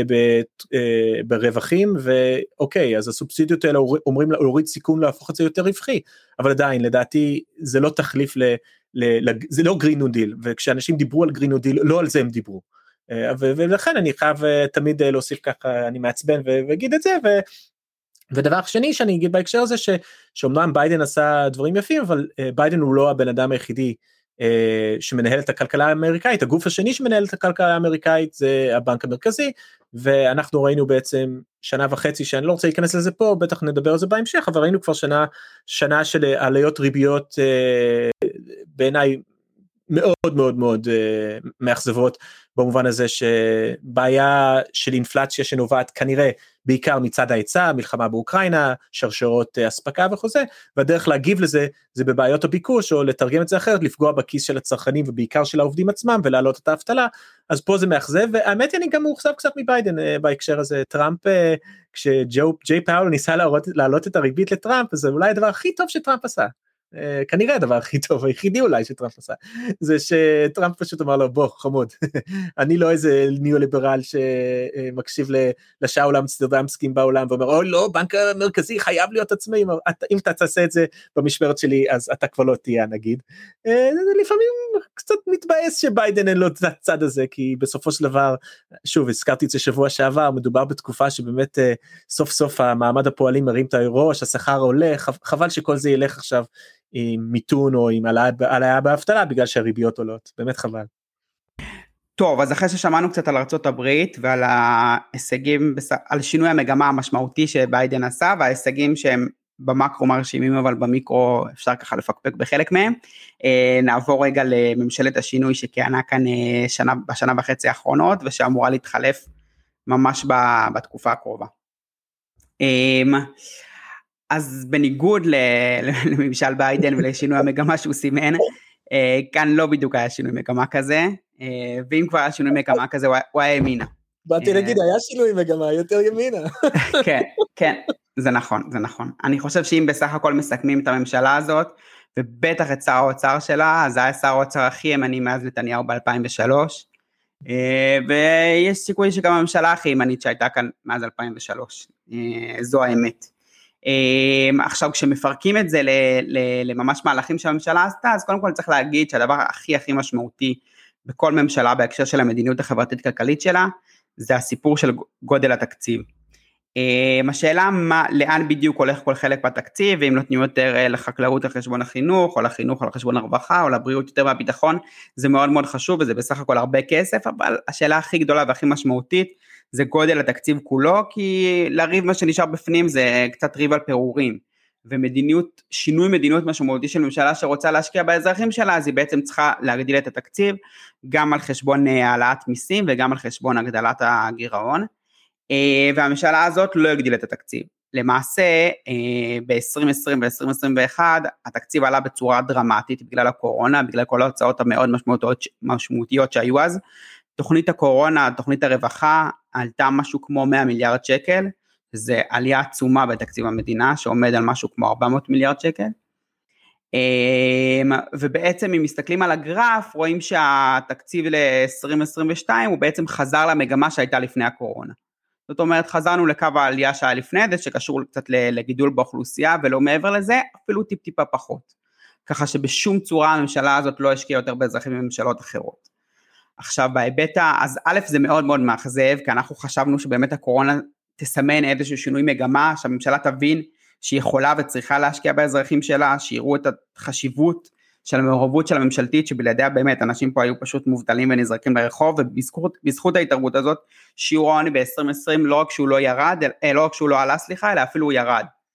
ברווחים, ואוקיי, אז הסובסידיות האלה אומרים להוריד סיכון להפוך את זה יותר רווחי, אבל עדיין לדעתי זה לא תחליף, זה לא גרין ניו דיל, וכשאנשים דיברו על גרין ניו דיל לא על זה הם דיברו, ולכן אני חייב תמיד להוסיף ככה, אני מעצבן ואגיד את זה, ודבר שני שאני אגיד בהקשר הזה, שאומנם ביידן עשה דברים יפים, אבל ביידן הוא לא הבן אדם היחידי שמנהל את הכלכלה האמריקאית, הגוף השני שמנהל את הכלכלה האמריקאית זה הבנק המרכזי, ואנחנו ראינו בעצם שנה וחצי, שאני לא רוצה להיכנס לזה פה, בטח נדבר על זה בהמשך, אבל ראינו כבר שנה, שנה של עליות ריביות בעיניי מאוד מאוד מאוד uh, מאכזבות, במובן הזה שבעיה של אינפלציה שנובעת כנראה בעיקר מצד ההיצע, מלחמה באוקראינה, שרשרות uh, אספקה וחוזה, והדרך להגיב לזה זה בבעיות הביקוש, או לתרגם את זה אחרת, לפגוע בכיס של הצרכנים ובעיקר של העובדים עצמם, ולהעלות את האבטלה, אז פה זה מאכזב, והאמת היא אני גם מאוכזב קצת מביידן uh, בהקשר הזה, טראמפ, uh, כשג'יי פאול ניסה להעלות, להעלות את הריבית לטראמפ, זה אולי הדבר הכי טוב שטראמפ עשה, כנראה הדבר הכי טוב, היחידי אולי שטראמפ עשה, זה שטראמפ פשוט אמר לו, בוא חמוד, אני לא איזה ניאו-ליברל שמקשיב לשאול אמסטרדמסקים בעולם, ואומר, אוי לא, בנק המרכזי חייב להיות עצמאי, אם אתה תעשה את זה במשמרת שלי, אז אתה כבר לא תהיה, נגיד. לפעמים קצת מתבאס שביידן אין לו את הצד הזה, כי בסופו של דבר, שוב, הזכרתי את זה שבוע שעבר, מדובר בתקופה שבאמת סוף סוף המעמד הפועלים מרים את הראש, השכר עולה, חבל שכל זה ילך עכשיו עם מיתון או עם העלאה באבטלה, בגלל שהריביות עולות, באמת חבל. טוב, אז אחרי ששמענו קצת על ארצות הברית, ועל ההישגים, על שינוי המגמה המשמעותי שביידן עשה, וההישגים שהם במקרו מרשימים, אבל במיקרו אפשר ככה לפקפק בחלק מהם, נעבור רגע לממשלת השינוי שכיהנה כאן שנה, בשנה וחצי האחרונות, ושאמורה להתחלף ממש בתקופה הקרובה. אז בניגוד לממשל ביידן ולשינוי המגמה שהוא סימן, כאן לא בדיוק היה שינוי מגמה כזה, ואם כבר היה שינוי מגמה כזה, הוא היה ימינה. באתי להגיד, היה שינוי מגמה, יותר ימינה. כן, כן, זה נכון, זה נכון. אני חושב שאם בסך הכל מסכמים את הממשלה הזאת, ובטח את שר האוצר שלה, אז זה היה שר האוצר הכי ימני מאז נתניהו ב-אלפיים ושלוש, ויש סיכוי שגם הממשלה הכי ימנית שהייתה כאן מאז אלפיים ושלוש, זו האמת. עכשיו כשמפרקים את זה לממש מהלכים שהממשלה עשתה, אז קודם כל צריך להגיד שהדבר הכי הכי משמעותי בכל ממשלה בהקשר של המדיניות החברתית כלכלית שלה, זה הסיפור של גודל התקציב. השאלה מה, לאן בדיוק הולך כל חלק בתקציב, ואם נותנים יותר לחקלאות על חשבון החינוך, או לחינוך על חשבון הרווחה, או לבריאות יותר מהביטחון, זה מאוד מאוד חשוב, וזה בסך הכל הרבה כסף, אבל השאלה הכי גדולה והכי משמעותית, זה גודל התקציב כולו, כי לריב מה שנשאר בפנים זה קצת ריב על פירורים, ומדיניות, שינוי מדיניות משמעותי של ממשלה שרוצה להשקיע באזרחים שלה, אז היא בעצם צריכה להגדיל את התקציב, גם על חשבון העלאת מיסים, וגם על חשבון הגדלת הגירעון, והממשלה הזאת לא הגדילה את התקציב. למעשה, ב-עשרים עשרים ו-עשרים עשרים ואחת, התקציב עלה בצורה דרמטית, בגלל הקורונה, בגלל כל ההוצאות המאוד משמעותיות, משמעותיות שהיו אז, תוכנית הקורונה, תוכנית הרווחה, עלתה משהו כמו מאה מיליארד שקל, זה עלייה עצומה בתקציב המדינה, שעומד על משהו כמו ארבע מאות מיליארד שקל, ובעצם אם מסתכלים על הגרף, רואים שהתקציב ל-עשרים עשרים ושתיים, הוא בעצם חזר למגמה שהייתה לפני הקורונה, זאת אומרת חזרנו לקו העלייה שהיה לפני זה, שקשור קצת לגידול באוכלוסייה, ולא מעבר לזה, אפילו טיפ טיפה פחות, ככה שבשום צורה הממשלה הזאת לא השקיעה יותר באזרחים מממשלות אחרות. עכשיו בהיבט, אז א' זה מאוד מאוד מאכזב, כי אנחנו חשבנו שבאמת הקורונה תסמן איזשהו שינוי מגמה, שהממשלה תבין שהיא יכולה וצריכה להשקיע באזרחים שלה, שיראו את החשיבות של המעורבות של הממשלתית, שבלעדיה באמת אנשים פה היו פשוט מובטלים ונזרקים לרחוב, ובזכות ההתערבות הזאת, שיעור העוני ב-עשרים עשרים לא רק שהוא לא ירד, לא רק שהוא לא עלה סליחה, אלא אפילו הוא ירד.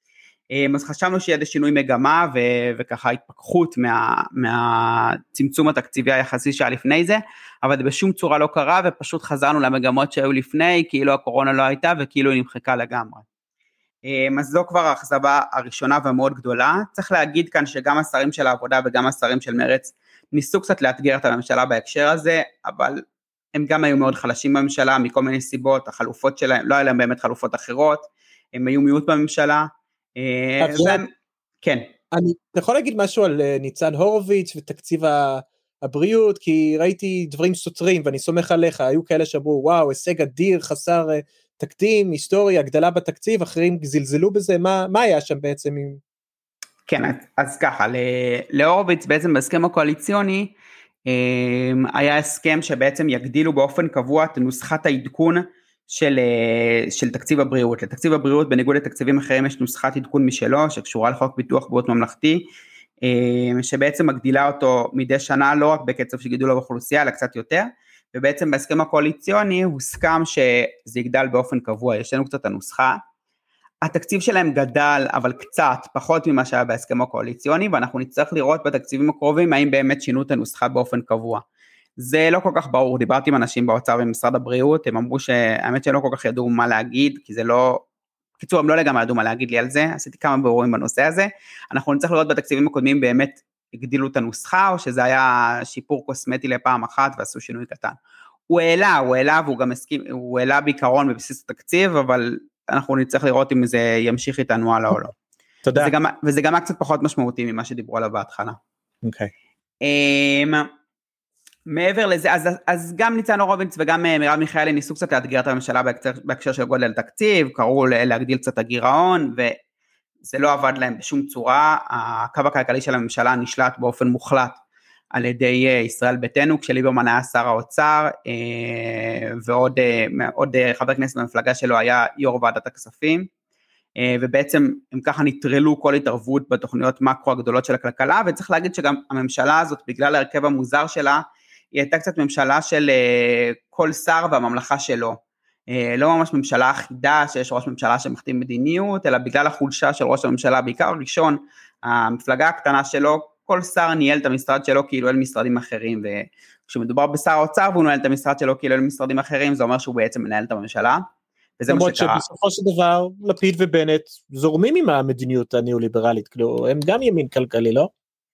אז חשבנו שיהיה שינוי מגמה ו- וככה התפכחות מה, מהצמצום התקציבי היחסי שהיה לפני זה, אבל זה בשום צורה לא קרה, ופשוט חזרנו למגמות שהיו לפני, כאילו הקורונה לא הייתה וכאילו היא נמחקה לגמרי. אז זו כבר האכזבה הראשונה והמאוד גדולה. צריך להגיד כאן שגם השרים של העבודה וגם השרים של מרץ ניסו קצת לאתגר את הממשלה בהקשר הזה, אבל הם גם היו מאוד חלשים בממשלה מכל מיני סיבות, החלופות שלהם, לא היה להם באמת חלופות אחרות, הם היו מיעוט בממשלה. והם, כן. אני יכול להגיד משהו על ניצן הורוביץ ותקציב הבריאות, כי ראיתי דברים סותרים ואני סומך עליך, היו כאלה שאמרו וואו הישג אדיר חסר תקדים, היסטורי, הגדלה בתקציב, אחרים זלזלו בזה, מה, מה היה שם בעצם? כן, אז ככה, להורוביץ בעצם בהסכם הקואליציוני, היה הסכם שבעצם יגדילו באופן קבוע את נוסחת העדכון של, של תקציב הבריאות. לתקציב הבריאות בניגוד לתקציבים אחרים יש נוסחת עדכון משלו, שקשורה לחוק ביטוח בריאות ממלכתי, שבעצם מגדילה אותו מדי שנה, לא רק בקצב של גידול האוכלוסייה, אלא קצת יותר, ובעצם בהסכם הקואליציוני הוסכם שזה יגדל באופן קבוע, יש לנו קצת הנוסחה, התקציב שלהם גדל, אבל קצת, פחות ממה שהיה בהסכם הקואליציוני, ואנחנו נצטרך לראות בתקציבים הקרובים, האם באמת שינו את הנוסחה באופן קבוע. זה לא כל כך ברור, דיברתי עם אנשים באוצר ובמשרד הבריאות, הם אמרו שהאמת שלא כל כך ידעו מה להגיד, כי זה לא, קיצור, הם לא לגמרי ידעו מה להגיד לי על זה, עשיתי כמה בירורים בנושא הזה, אנחנו נצטרך לראות בתקציבים הקודמים באמת הגדילו את הנוסחה, או שזה היה שיפור קוסמטי לפעם אחת, ועשו שינוי קטן. הוא העלה, הוא העלה, והוא גם הסכים, הוא העלה בעיקרון בבסיס התקציב, אבל אנחנו נצטרך לראות אם זה ימשיך איתנו הלאה או לא. תודה. וזה גם, וזה גם קצת פחות משמעותי ממה שדיברו עליו בהתחלה. אוקיי. מעבר לזה, אז, אז גם ניצן הורוביץ וגם מרב מיכאלי ניסו קצת לאתגר את הממשלה בהקשר, בהקשר של גודל תקציב, קראו להגדיל קצת הגירעון, וזה לא עבד להם בשום צורה, הקו הכלכלי של הממשלה נשלט באופן מוחלט, על ידי ישראל ביתנו, כשליברמן היה שר האוצר, ועוד עוד חבר כנסת במפלגה שלו היה יו"ר ועדת הכספים, ובעצם הם ככה נטרלו כל התערבות בתוכניות מקרו הגדולות של הכלכלה, וצריך להגיד שגם הממשלה הזאת, בגלל ההרכב המוזר שלה, היא הייתה קצת ממשלה של כל שר והממלכה שלו, לא ממש ממשלה אחידה, שיש ראש ממשלה שמכתיב מדיניות, אלא בגלל החולשה של ראש הממשלה, בעיקר הראשון, המפלגה הקטנה שלו, כל שר ניהל את המשרד שלו כאילו אל משרדים אחרים, וכשמדובר בשר האוצר והוא נהל את המשרד שלו כאילו אל משרדים אחרים, זה אומר שהוא בעצם מנהל את הממשלה, וזה מה שקרה. למרות שבסופו של דבר, לפיד ובנט זורמים עם המדיניות הניאו-ליברלית, כאילו, הם גם ימין כלכלי, לא?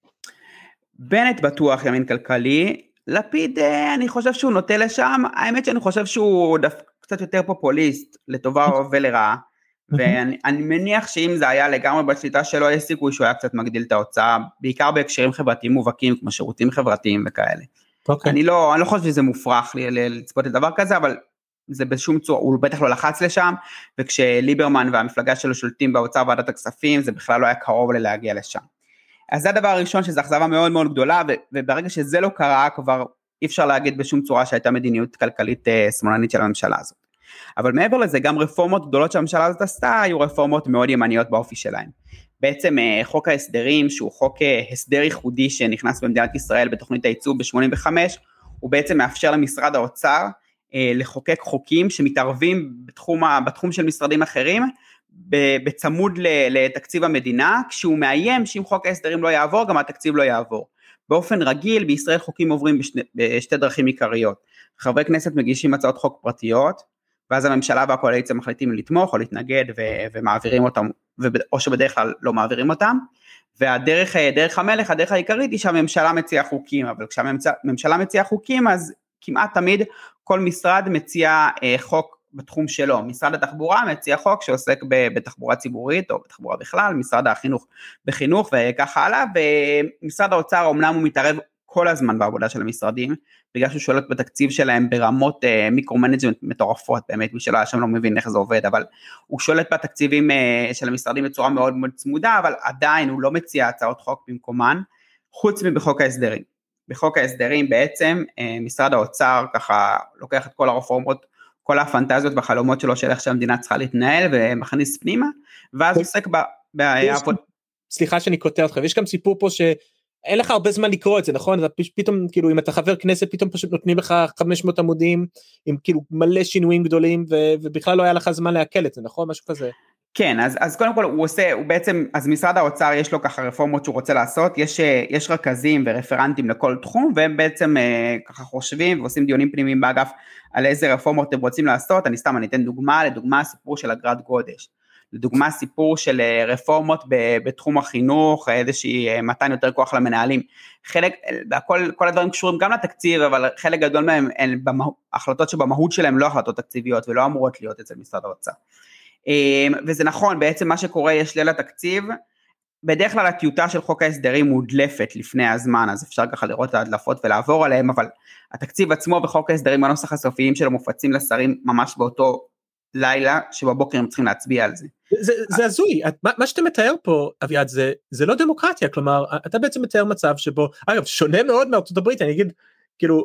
בנט בטוח ימין כלכלי, לפיד אני חושב שהוא נוטה לשם, האמת שאני חושב שהוא קצת יותר פופוליסט, לטובה ולרעה, ואני מניח שאם זה היה לגמרי בשליטה שלו, יש סיכוי שהוא היה קצת מגדיל את ההוצאה, בעיקר בהקשרים חברתיים מובהקים, כמו שירותים חברתיים וכאלה. Okay. אני לא, אני לא חושב שזה מופרך לצפות לדבר כזה, אבל זה בשום צורה, הוא בטח לא לחץ לשם, וכשליברמן והמפלגה שלו שולטים באוצר ועדת הכספים, זה בכלל לא היה קרוב להגיע לשם. אז זה הדבר הראשון, שזו אכזבה מאוד מאוד גדולה, וברגע שזה לא קרה, כבר אי אפשר להגיד בשום צורה שהייתה מדיניות כלכלית שמאלנית של הממשלה הזאת. אבל מעבר לזה, גם רפורמות גדולות שהממשלה הזאת עשתה, היו רפורמות מאוד ימניות באופי שלהן. בעצם חוק ההסדרים, שהוא חוק הסדר ייחודי שנכנס במדינת ישראל בתוכנית הייצוא ב-שמונים וחמש, הוא בעצם מאפשר למשרד האוצר לחוקק חוקים שמתערבים בתחום, בתחום של משרדים אחרים, בצמוד לתקציב המדינה, כשהוא מאיים שאם חוק ההסדרים לא יעבור, גם התקציב לא יעבור. באופן רגיל, בישראל חוקים עוברים בשני, בשתי דרכים עיקריות. חברי כנסת מגישים הצעות חוק פרטיות, ואז הממשלה והקואליציה מחליטים לתמוך או להתנגד ו- ומעבירים אותם, או שבדרך כלל לא מעבירים אותם, והדרך, דרך המלך, הדרך העיקרית היא שהממשלה מציעה חוקים, אבל כשהממשלה מציעה חוקים, אז כמעט תמיד כל משרד מציע חוק בתחום שלו. משרד התחבורה מציע חוק שעוסק בתחבורה ציבורית, או בתחבורה בכלל, משרד החינוך בחינוך וכך הלאה, ומשרד האוצר אמנם הוא מתערב כל הזמן בעבודה של המשרדים, בגלל שהוא שולט בתקציב שלהם ברמות uh, מיקרו-מנג'מנט מטורפות, באמת מי שלא היה שם לא מבין איך זה עובד, אבל הוא שולט בתקציבים uh, של המשרדים בצורה מאוד מאוד צמודה, אבל עדיין הוא לא מציע הצעות חוק במקומן, חוץ מבחוק ההסדרים. בחוק ההסדרים בעצם uh, משרד האוצר ככה לוקח את כל הרפורמות, כל הפנטזיות והחלומות שלו של איך שהמדינה צריכה להתנהל, ומכניס פנימה, ואז עוסק ב... סליחה שאני קוטע אותך, ויש גם סיפור פה ש... אין לך הרבה זמן לקרוא את זה, נכון? אתה פתאום, כאילו, אם אתה חבר כנסת, פתאום פשוט נותנים לך חמש מאות עמודים, עם כאילו מלא שינויים גדולים, ו- ובכלל לא היה לך זמן להקל את זה, נכון? משהו כזה. כן, אז, אז קודם כל הוא עושה, הוא בעצם, אז משרד האוצר יש לו ככה רפורמות שהוא רוצה לעשות, יש, יש רכזים ורפרנטים לכל תחום, והם בעצם אה, ככה חושבים ועושים דיונים פנימיים באגף על איזה רפורמות הם רוצים לעשות. אני סתם, אני אתן דוגמה, לדוגמה הסיפור של אגרת גודש, לדוגמה סיפור של רפורמות בתחום החינוך, איזושהי מתן יותר כוח למנהלים, חלק, כל, כל הדברים קשורים גם לתקציב, אבל חלק גדול מהם, החלטות שבמהות שלהם לא החלטות תקציביות, ולא אמורות להיות אצל משרד האוצר. וזה נכון, בעצם מה שקורה, יש ליל התקציב, בדרך כלל הטיוטה של חוק ההסדרים מודלפת לפני הזמן, אז אפשר ככה לראות את ההדלפות ולעבור עליהם, אבל התקציב עצמו וחוק ההסדרים, הנוסח הסופיים שלו מופצים לשרים ממש באותו לילה, שבבוקר הם צריכים להצביע על זה. זה, זה הזוי, מה, מה שאתה מתאר פה, אביעד, זה, זה לא דמוקרטיה, כלומר, אתה בעצם מתאר מצב שבו, אגב, שונה מאוד מארצות הברית, אני אגיד, כאילו,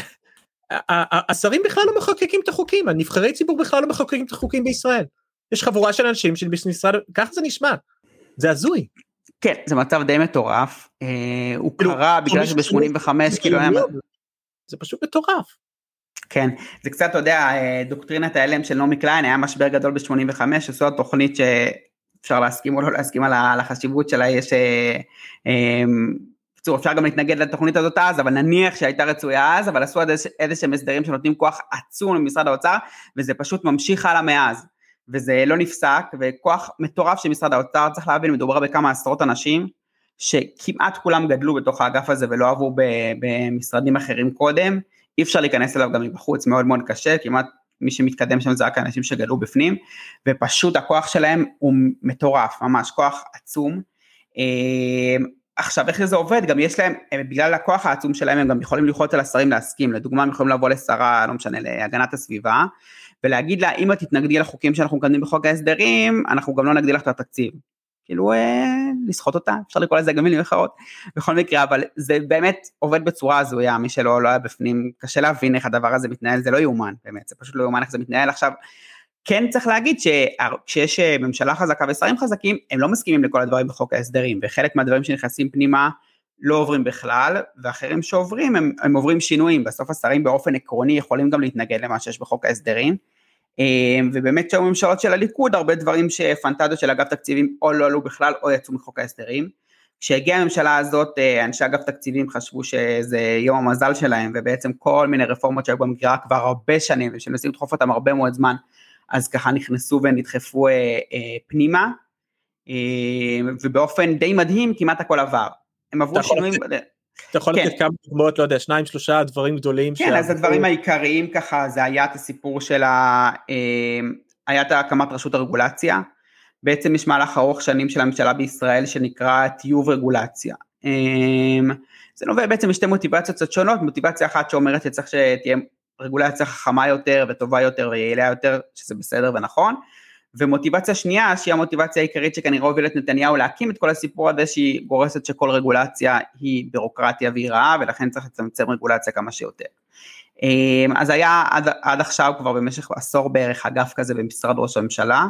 השרים בכלל לא מחוקקים את החוקים, הנבחרי ציבור בכלל לא מחוקקים את החוקים בישראל, יש חבורה של אנשים של משרד, ככה זה נשמע, זה הזוי. כן, זה מצב די מטורף, הוא קרה בגלל שב-שמונים וחמש, כאילו, זה פשוט מטורף. כן, זה קצת, אתה יודע, דוקטרינת ההלם של נעמי קליין, היה משבר גדול ב-שמונים וחמש, עשו תוכנית שאפשר להסכים או לא להסכים על החשיבות שלה, יש, אפשר גם להתנגד לתוכנית הזאת אז, אבל נניח שהייתה רצויה אז, אבל עשו איזה שהם הסדרים שנותנים כוח עצום למשרד האוצר, וזה פשוט ממשיך הלאה מאז, וזה לא נפסק, וכוח מטורף שמשרד האוצר צריך להבין, מדובר בכמה עשרות אנשים, שכמעט כולם גדלו בתוך האגף הזה, ולא עברו במשרדים אחרים קודם, אי אפשר להיכנס אליו גם מבחוץ, מאוד מאוד קשה, כמעט מי שמתקדם שם זה רק האנשים שגדלו בפנים, ופשוט הכוח שלהם הוא מטורף, ממש כוח עצום. עכשיו איך זה עובד, גם יש להם, בגלל הכוח העצום שלהם, הם גם יכולים ללחוץ על השרים להסכים, לדוגמה הם יכולים לבוא לשרה, לא משנה, להגנת הסביבה, ולהגיד לה, אם את תתנגדי לחוקים שאנחנו מקדמים בחוק ההסדרים, אנחנו גם לא נגדיל לך את התקציב. כאילו, לסחוט אותה, אפשר לקרוא לזה גם מילים אחרות, בכל מקרה, אבל זה באמת עובד בצורה הזויה, מי שלא לא היה בפנים, קשה להבין איך הדבר הזה מתנהל, זה לא יאומן, באמת, זה פשוט לא יאומן איך זה מתנהל. עכשיו, כן צריך להגיד שכשיש ממשלה חזקה ושרים חזקים, הם לא מסכימים לכל הדברים בחוק ההסדרים, וחלק מהדברים שנכנסים פנימה, לא עוברים בכלל, ואחרים שעוברים, הם, הם עוברים שינויים, בסוף השרים באופן עקרוני, יכולים גם להתנגד למה שיש בחוק ההסדרים, ובאמת שהיו ממשלות של הליכוד, הרבה דברים שפנטזיות של אגף תקציבים או לא עלו בכלל או יצאו מחוק ההסדרים. כשהגיעה הממשלה הזאת, אנשי אגף תקציבים חשבו שזה יום המזל שלהם, ובעצם כל מיני רפורמות שהיו במגירה כבר הרבה שנים, ושנסים לדחוף אותם הרבה מאוד זמן, אז ככה נכנסו ונדחפו אה, אה, פנימה, אה, ובאופן די מדהים כמעט הכל עבר. הם עברו שינויים... אתה יכול לתת כמה דוגמאות, לא יודע, שניים, שלושה דברים גדולים. כן, אז הדברים העיקריים ככה, זה היה את הסיפור של ה... היה את הקמת רשות הרגולציה, בעצם יש מהלך ארוך שנים של הממשלה בישראל, שנקרא טיוב רגולציה. זה נובע בעצם משתי מוטיבציות קצת שונות, מוטיבציה אחת שאומרת שצריך שתהיה רגולציה חכמה יותר, וטובה יותר, ויעילה יותר, שזה בסדר ונכון, ומוטיבציה שנייה, שהיא המוטיבציה העיקרית שכנראה הוביל את נתניהו להקים את כל הסיפור הזה, שהיא גורסת שכל רגולציה היא בירוקרטיה והיא רעה, ולכן צריך לצמצם רגולציה כמה שיותר. אז היה עד, עד עכשיו כבר במשך עשור בערך אגף כזה במשרד ראש הממשלה,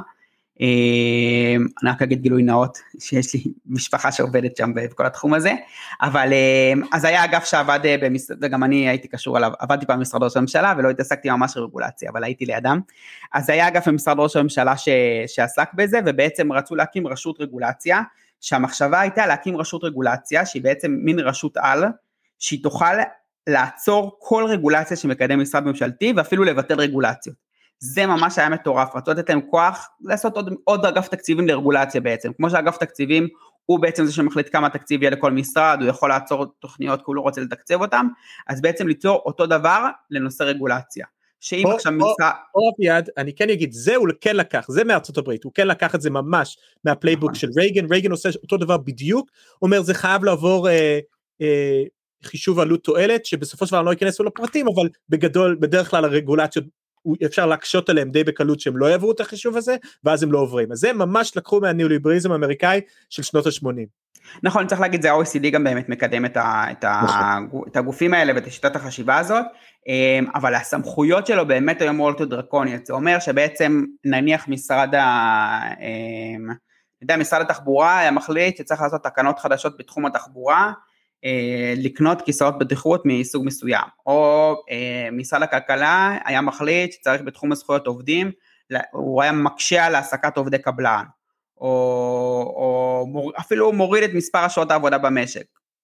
אני רק אגיד גילוי נאות, שיש לי משפחה שעובדת שם בכל התחום הזה, אבל אז היה אגף שעבד, וגם אני הייתי קשור עליו, עבדתי פעם במשרד ראש הממשלה, ולא התעסקתי ממש ברגולציה, אבל הייתי לידם, אז היה אגף במשרד ראש הממשלה ש, שעסק בזה, ובעצם רצו להקים רשות רגולציה, שהמחשבה הייתה להקים רשות רגולציה, שהיא בעצם מין רשות על, שהיא תוכל לעצור כל רגולציה שמקדם משרד ממשלתי, ואפילו לבטל רגולציות. זה ממש היה מטורף, רצו לתת להם כוח, לעשות עוד, עוד אגף תקציבים לרגולציה בעצם, כמו שאגף תקציבים, הוא בעצם זה שמחליט כמה תקציב יהיה לכל משרד, הוא יכול לעצור תוכניות, כי הוא לא רוצה לתקצב אותם, אז בעצם ליצור אותו דבר לנושא רגולציה, שאם או, עכשיו או, משרד... או אביעד, אני כן אגיד, זה הוא כן לקח, זה מארצות הברית, הוא כן לקח את זה ממש, מהפלייבוק של רייגן, רייגן עושה אותו דבר בדיוק, אומר זה חייב לעבור... אה, אה, חישוב עלות תועלת, שבסופו של דבר לא ייכנסו לפרטים, אבל בגדול, בדרך כלל הרגולציות, אפשר להקשות עליהם די בקלות שהם לא יעברו את החישוב הזה, ואז הם לא עוברים. אז זה ממש לקחו מהניאו-ליברליזם האמריקאי של שנות ה-שמונים. נכון, צריך להגיד, זה ה-או אי סי די גם באמת מקדם את, ה, את, ה, את הגופים האלה ואת שיטת החשיבה הזאת, אבל הסמכויות שלו באמת היום מאוד דרקוניות. זה אומר שבעצם נניח משרד ה... יודע, משרד התחבורה היה מחליט שצריך לעשות תקנות חדשות בתחום התחבורה, לקנות כיסאות בטיחות מסוג מסוים, או משרד הכלכלה היה מחליט שצריך בתחום הזכויות עובדים, הוא היה מקשה על העסקת עובדי קבלן, או, או מור, אפילו מוריד את מספר השעות העבודה במשק.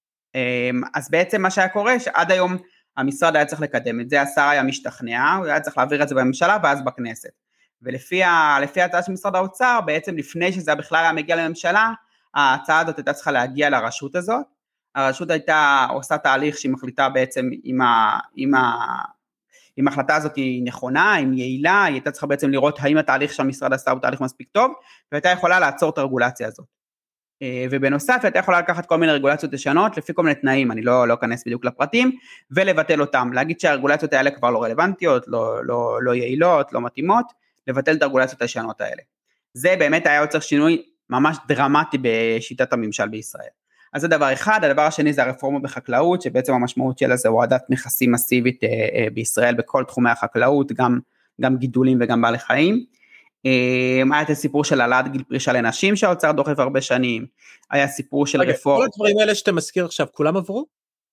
אז בעצם מה שהיה קורה, שעד היום המשרד היה צריך לקדם את זה, השר היה משתכנע, הוא היה צריך להעביר את זה בממשלה ואז בכנסת. ולפי ההצעה של משרד האוצר, בעצם לפני שזה בכלל היה מגיע לממשלה, ההצעה הזאת הייתה צריכה להגיע לרשות הזאת, הרשות הייתה עושה תהליך שהיא מחליטה בעצם אם, ה, אם, ה, אם ההחלטה הזאת היא נכונה, אם יעילה, היא הייתה צריכה בעצם לראות האם התהליך שהמשרד עשה הוא תהליך מספיק טוב, והייתה יכולה לעצור את הרגולציה הזאת. ובנוסף הייתה יכולה לקחת כל מיני רגולציות ישנות, לפי כל מיני תנאים, אני לא, לא אכנס בדיוק לפרטים, ולבטל אותם, להגיד שהרגולציות האלה כבר לא רלוונטיות, לא, לא, לא יעילות, לא מתאימות, לבטל את הרגולציות הישנות האלה. זה באמת היה יוצר שינוי ממש דרמטי בשיטת הממשל בישראל. אז זה דבר אחד, הדבר השני זה הרפורמה בחקלאות, שבעצם המשמעות שלה זה הורדת מכסים מסיבית בישראל, בכל תחומי החקלאות, גם, גם גידולים וגם בעלי חיים. היה את הסיפור של העלאת גיל פרישה לנשים, שהאוצר דוחף הרבה שנים, היה סיפור של רפורמה. כל הדברים האלה שאתה מזכיר עכשיו, כולם עברו?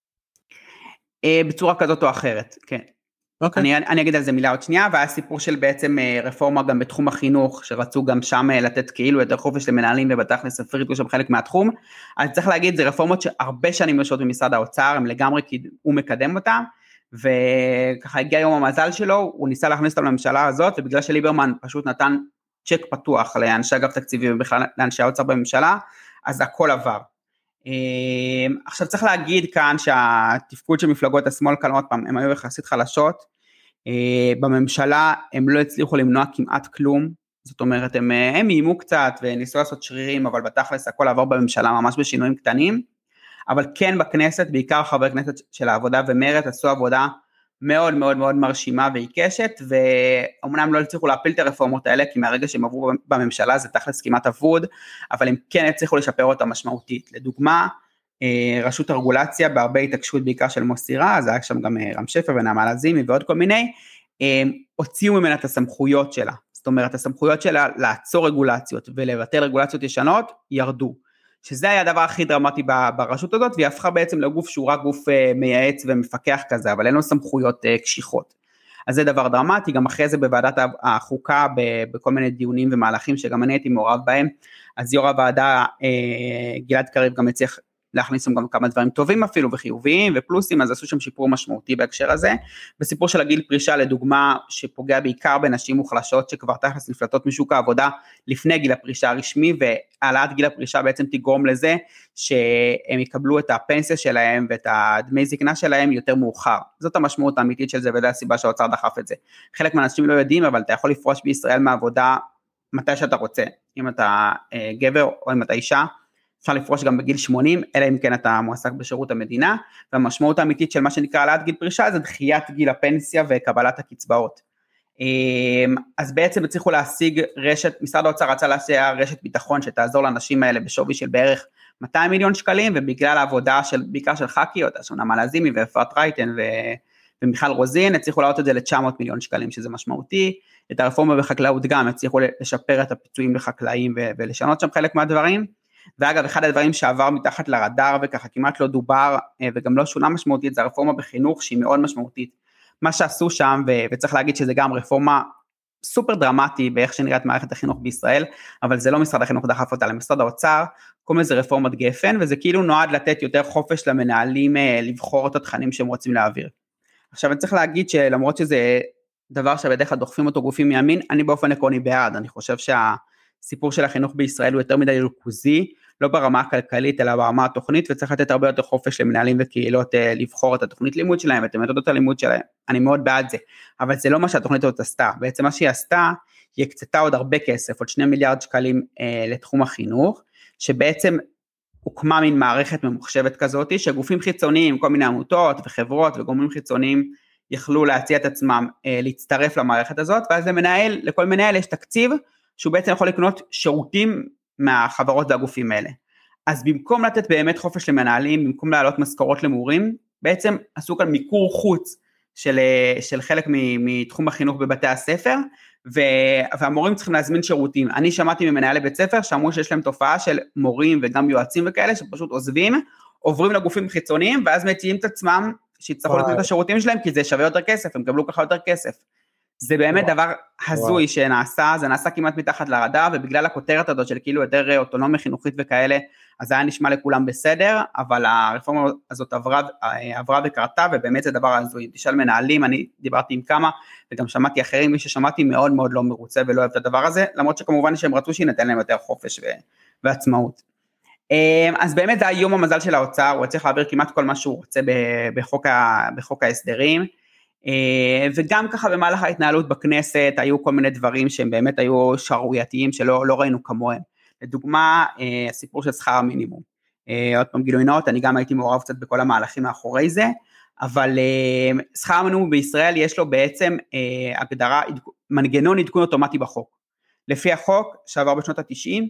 בצורה כזאת או אחרת, כן. Okay. אני, אני אגיד על זה מילה עוד שנייה, והיה סיפור של בעצם רפורמה גם בתחום החינוך, שרצו גם שם לתת כאילו יותר חופש למנהלים ובתכלס הפריטו שם חלק מהתחום, אז צריך להגיד, זה רפורמות שהרבה שנים יושבות במשרד האוצר, הם לגמרי, הוא מקדם אותם, וככה הגיע יום המזל שלו, הוא ניסה להכניס אותם לממשלה הזאת, ובגלל שליברמן פשוט נתן צ'ק פתוח לאנשי אגף תקציבי, ובכלל לאנשי האוצר בממשלה, אז הכל עבר. עכשיו צריך להגיד כאן שהתפקוד של מפלגות השמאל כאן עוד פעם, הם היו יחסית חלשות, בממשלה הם לא הצליחו למנוע כמעט כלום, זאת אומרת הם, הם איימו קצת וניסו לעשות שרירים, אבל בתכלס הכל עבר בממשלה ממש בשינויים קטנים, אבל כן בכנסת, בעיקר חבר כנסת של העבודה ומרצ, עשו עבודה מאוד מאוד מאוד מרשימה ועיקשת, ואומנם לא הצליחו להפיל את הרפורמות האלה, כי מהרגע שהם עברו בממשלה זה תכלס כמעט אבוד, אבל הם כן הצליחו לשפר אותה משמעותית. לדוגמה, רשות הרגולציה, בהרבה התעקשות בעיקר של מוסי רז, היה שם גם רם שפע ונעמה לזימי ועוד כל מיני, הוציאו ממנה את הסמכויות שלה, זאת אומרת, הסמכויות שלה לעצור רגולציות ולבטל רגולציות ישנות, ירדו. שזה היה הדבר הכי דרמטי ברשות הזאת, והיא הפכה בעצם לגוף שהוא רק גוף מייעץ ומפקח כזה, אבל אין לו סמכויות קשיחות. אז זה דבר דרמטי, גם אחרי זה בוועדת החוקה, בכל מיני דיונים ומהלכים שגם אני הייתי מעורב בהם, אז יו"ר הוועדה גלעד קריב גם הצליח להכניס גם כמה דברים טובים אפילו וחיוביים ופלוסים, אז עשו שם שיפור משמעותי בהקשר הזה. בסיפור של הגיל פרישה לדוגמה, שפוגע בעיקר בנשים מוחלשות שכבר תכלס נפלטות משוק העבודה לפני גיל הפרישה הרשמי, והעלאת גיל הפרישה בעצם תגרום לזה שהם יקבלו את הפנסיה שלהם ואת הדמי זקנה שלהם יותר מאוחר. זאת המשמעות האמיתית של זה, וזו הסיבה שהאוצר דחף את זה. חלק מהאנשים לא יודעים, אבל אתה יכול לפרוש בישראל מעבודה מתי שאתה רוצה, אם אתה גבר או אם אתה אישה, אפשר לפרוש גם בגיל שמונים, אלא אם כן אתה מועסק בשירות המדינה, והמשמעות האמיתית של מה שנקרא העלאת גיל פרישה, זה דחיית גיל הפנסיה וקבלת הקצבאות. אז בעצם הצליחו להשיג רשת, משרד האוצר רצה להשיג רשת ביטחון, שתעזור לאנשים האלה בשווי של בערך מאתיים מיליון שקלים, ובגלל העבודה של, בעיקר של ח"כיות, אז נעמה לזימי ואפרת רייטן ו... ומיכל רוזין, הצליחו להעלות את זה ל-תשע מאות מיליון שקלים, שזה משמעותי. את הרפורמה בחקלאות גם הצליחו לשפר את הפיצויים לחקלאים ו... ולשנות שם חלק מהדברים. ואגב, אחד הדברים שעבר מתחת לרדאר וככה כמעט לא דובר וגם לא שונה משמעותית, זה הרפורמה בחינוך שהיא מאוד משמעותית. מה שעשו שם, ו- וצריך להגיד שזה גם רפורמה סופר דרמטי באיך שנראית מערכת החינוך בישראל, אבל זה לא משרד החינוך דחף אותה, למשרד האוצר, קוראים לזה רפורמת גפן, וזה כאילו נועד לתת יותר חופש למנהלים לבחור את התכנים שהם רוצים להעביר. עכשיו אני צריך להגיד שלמרות שזה דבר שבדרך כלל דוחפים אותו גופים מימין, אני באופן עקרוני בעד, אני חושב שה... סיפור של החינוך בישראל הוא יותר מדי ריכוזי, לא ברמה הכלכלית, אלא ברמה התוכנית, וצריך לתת הרבה יותר חופש למנהלים וקהילות לבחור את התוכנית לימוד שלהם, ואת המתודות הלימוד שלהם, אני מאוד בעד זה, אבל זה לא מה שהתוכנית הזאת עשתה, בעצם מה שהיא עשתה, היא הקצתה עוד הרבה כסף, עוד שני מיליארד שקלים אה, לתחום החינוך, שבעצם הוקמה מין מערכת ממוחשבת כזאת, שגופים חיצוניים, כל מיני עמותות וחברות וגורמים חיצוניים, יכלו להציע את עצמם אה, להצטרף למערכת הזאת, ואז למנהל, לכל מנהל יש תקציב, שהוא בעצם יכול לקנות שירותים מהחברות והגופים האלה. אז במקום לתת באמת חופש למנהלים, במקום להעלות משכורות למורים, בעצם עשו כאן מיקור חוץ של, של חלק מתחום החינוך בבתי הספר, והמורים צריכים להזמין שירותים. אני שמעתי ממנהלי בית ספר, שאמרו שיש להם תופעה של מורים וגם יועצים וכאלה, שפשוט עוזבים, עוברים לגופים חיצוניים, ואז מציעים את עצמם, שיצטרכו לקנות את השירותים שלהם, כי זה שווה יותר כסף, הם קבלו ככה יותר כסף. זה באמת דבר הזוי שנעשה, זה נעשה כמעט מתחת לרדאר, ובגלל הכותרת הזאת של כאילו יותר אוטונומיה חינוכית וכאלה, אז היה נשמע לכולם בסדר, אבל הרפורמה הזאת עברה, עברה וקרתה, ובאמת זה דבר הזוי. תשאל מנהלים, אני דיברתי עם כמה, וגם שמעתי אחרים, מי ששמעתי מאוד מאוד לא מרוצה ולא אוהב את הדבר הזה, למרות שכמובן שהם רצו שינתן להם יותר חופש ועצמאות. אז באמת זה היום המזל של האוצר, הוא צריך להעביר כמעט כל מה שהוא רוצה בחוק, בחוק ההסדרים, וגם ככה במהלך ההתנהלות בכנסת, היו כל מיני דברים שהם באמת היו שערורייתיים שלא לא ראינו כמוהם. לדוגמה, הסיפור של שכר המינימום. עוד פעם גילוי נאות, אני גם הייתי מעורב קצת בכל המהלכים מאחורי זה, אבל שכר המינימום בישראל יש לו בעצם הגדרה, מנגנון עדכון אוטומטי בחוק. לפי החוק שעבר בשנות ה-תשעים,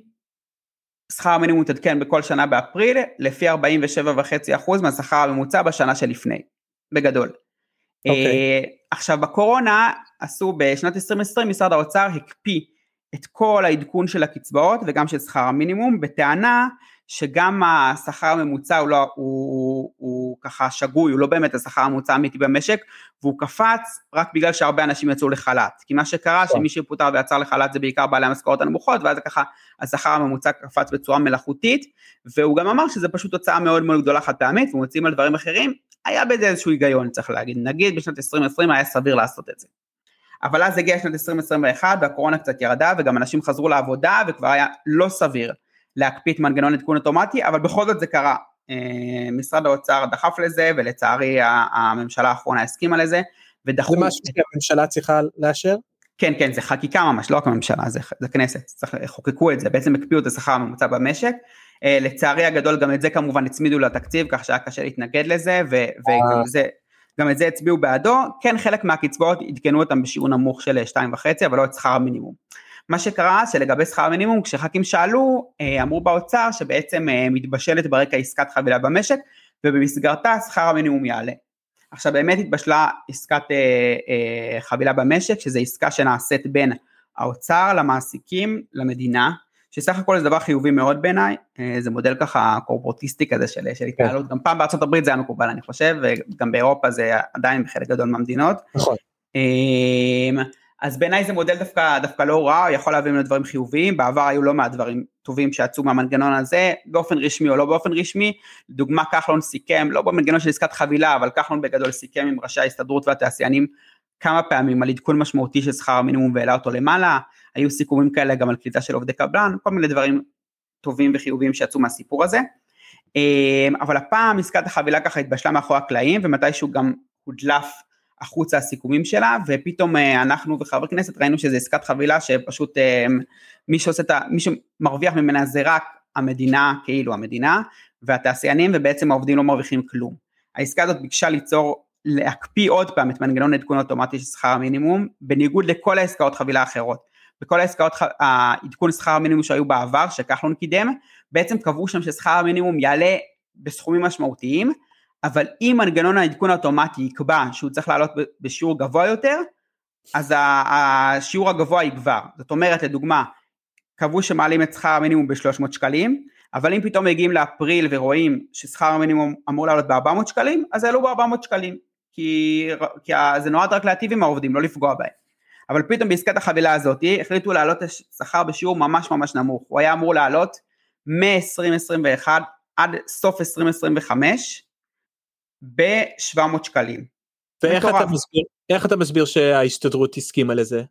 שכר המינימום מתעדכן בכל שנה באפריל, לפי ארבעים ושבע נקודה חמש אחוז מהשכר הממוצע בשנה שלפני, בגדול. Okay. עכשיו בקורונה עשו בשנת עשרים עשרים, משרד האוצר הקפיא את כל העדכון של הקצבאות וגם של שכר המינימום, בטענה שגם השכר הממוצע הוא, לא, הוא, הוא ככה שגוי, הוא לא באמת השכר הממוצע האמיתי במשק, והוא קפץ רק בגלל שהרבה אנשים יצאו לחל"ת, כי מה שקרה שמי שפוטר ויצא לחל"ת זה בעיקר בעלי המשכורות הנמוכות, ואז ככה השכר הממוצע קפץ בצורה מלאכותית, והוא גם אמר שזה פשוט תוצאה מאוד מאוד גדולה חד פעמית, ומוצאים על דברים אחרים, היה בזה איזשהו היגיון צריך להגיד, נגיד בשנת עשרים עשרים היה סביר לעשות את זה. אבל אז הגיעה שנת עשרים עשרים ואחת והקורונה קצת ירדה וגם אנשים חזרו לעבודה וכבר היה לא סביר להקפיא את מנגנון עדכון אוטומטי, אבל בכל זאת זה קרה. משרד האוצר דחף לזה ולצערי הממשלה האחרונה הסכימה לזה ודחו. זה משהו שהממשלה צריכה לאשר? כן, כן, זה חקיקה ממש, לא רק הממשלה, זה, זה כנסת, חוקקו את זה, בעצם הקפיאו את השכר הממוצע במשק, לצערי הגדול גם את זה כמובן הצמידו לתקציב, כך שהיה קשה להתנגד לזה, ו- וגם זה, גם את זה הצביעו בעדו, כן חלק מהקצבאות עדכנו אותם בשיעור נמוך של שתיים וחצי, אבל לא את שכר המינימום. מה שקרה שלגבי שכר המינימום, כשח"כים שאלו, אמרו באוצר שבעצם מתבשלת ברקע עסקת חבילה במשק, ובמסגרתה שכר המינימום יעלה. עכשיו באמת התבשלה עסקת אה, אה, חבילה במשק, שזו עסקה שנעשית בין האוצר למעסיקים למדינה, שסך הכל זה דבר חיובי מאוד בעיניי, אה, זה מודל ככה קורפורטיסטי כזה של, של התנהלות, גם פעם בארצות הברית זה היה מקובל אני חושב, וגם באירופה זה עדיין בחלק גדול מהמדינות, נכון. אה, אז בעיניי זה מודל דווקא, דווקא לא רע, יכול להביא לנו דברים חיוביים, בעבר היו לא מעט דברים טובים שיצאו מהמנגנון הזה, באופן רשמי או לא באופן רשמי, לדוגמה כחלון סיכם, לא במנגנון של עסקת חבילה, אבל כחלון בגדול סיכם עם ראשי ההסתדרות והתעשיינים, כמה פעמים על עדכון משמעותי של שכר המינימום והעלה אותו למעלה, היו סיכומים כאלה גם על קליטה של עובדי קבלן, כל מיני דברים טובים וחיוביים שיצאו מהסיפור הזה, אבל הפעם עסקת החבילה ככה התבשלה מאחורי הקלעים, ומתישהו גם הודלף החוצה הסיכומים שלה, ופתאום אנחנו וחבר כנסת ראינו שזה עסקת חבילה, שפשוט מי שעושה את ה, מי שמרוויח ממנה זה רק המדינה, כאילו המדינה, והתעשיינים, ובעצם העובדים לא מרוויחים כלום. העסקה הזאת ביקשה ליצור, להקפיא עוד פעם את מנגנון עדכון אוטומטי של שכר המינימום, בניגוד לכל העסקאות חבילה האחרות. בכל העסקאות העדכון שכר המינימום שהיו בעבר, שכחלון קידם, בעצם קבעו שם ששכר המינימום יעלה בסכומים משמעותיים, אבל אם מנגנון העדכון האוטומטי יקבע שהוא צריך לעלות בשיעור גבוה יותר, אז השיעור הגבוה יגבר. זאת אומרת, לדוגמה, קבעו שמעלים את שכר המינימום ב-שלוש מאות שקלים, אבל אם פתאום מגיעים לאפריל ורואים ששכר המינימום אמור לעלות ב-ארבע מאות שקלים, אז העלו ב-ארבע מאות שקלים, כי, כי זה נועד רק להטיב עם העובדים, לא לפגוע בהם. אבל פתאום בעסקת החבילה הזאת, החליטו לעלות את השכר בשיעור ממש ממש נמוך, הוא היה אמור לעלות מ-עשרים עשרים ואחת עד סוף עשרים עשרים וחמש, ב-שבע מאות שקלים. ואיך אתה מסביר, איך אתה מסביר שההסתדרות הסכימה לזה?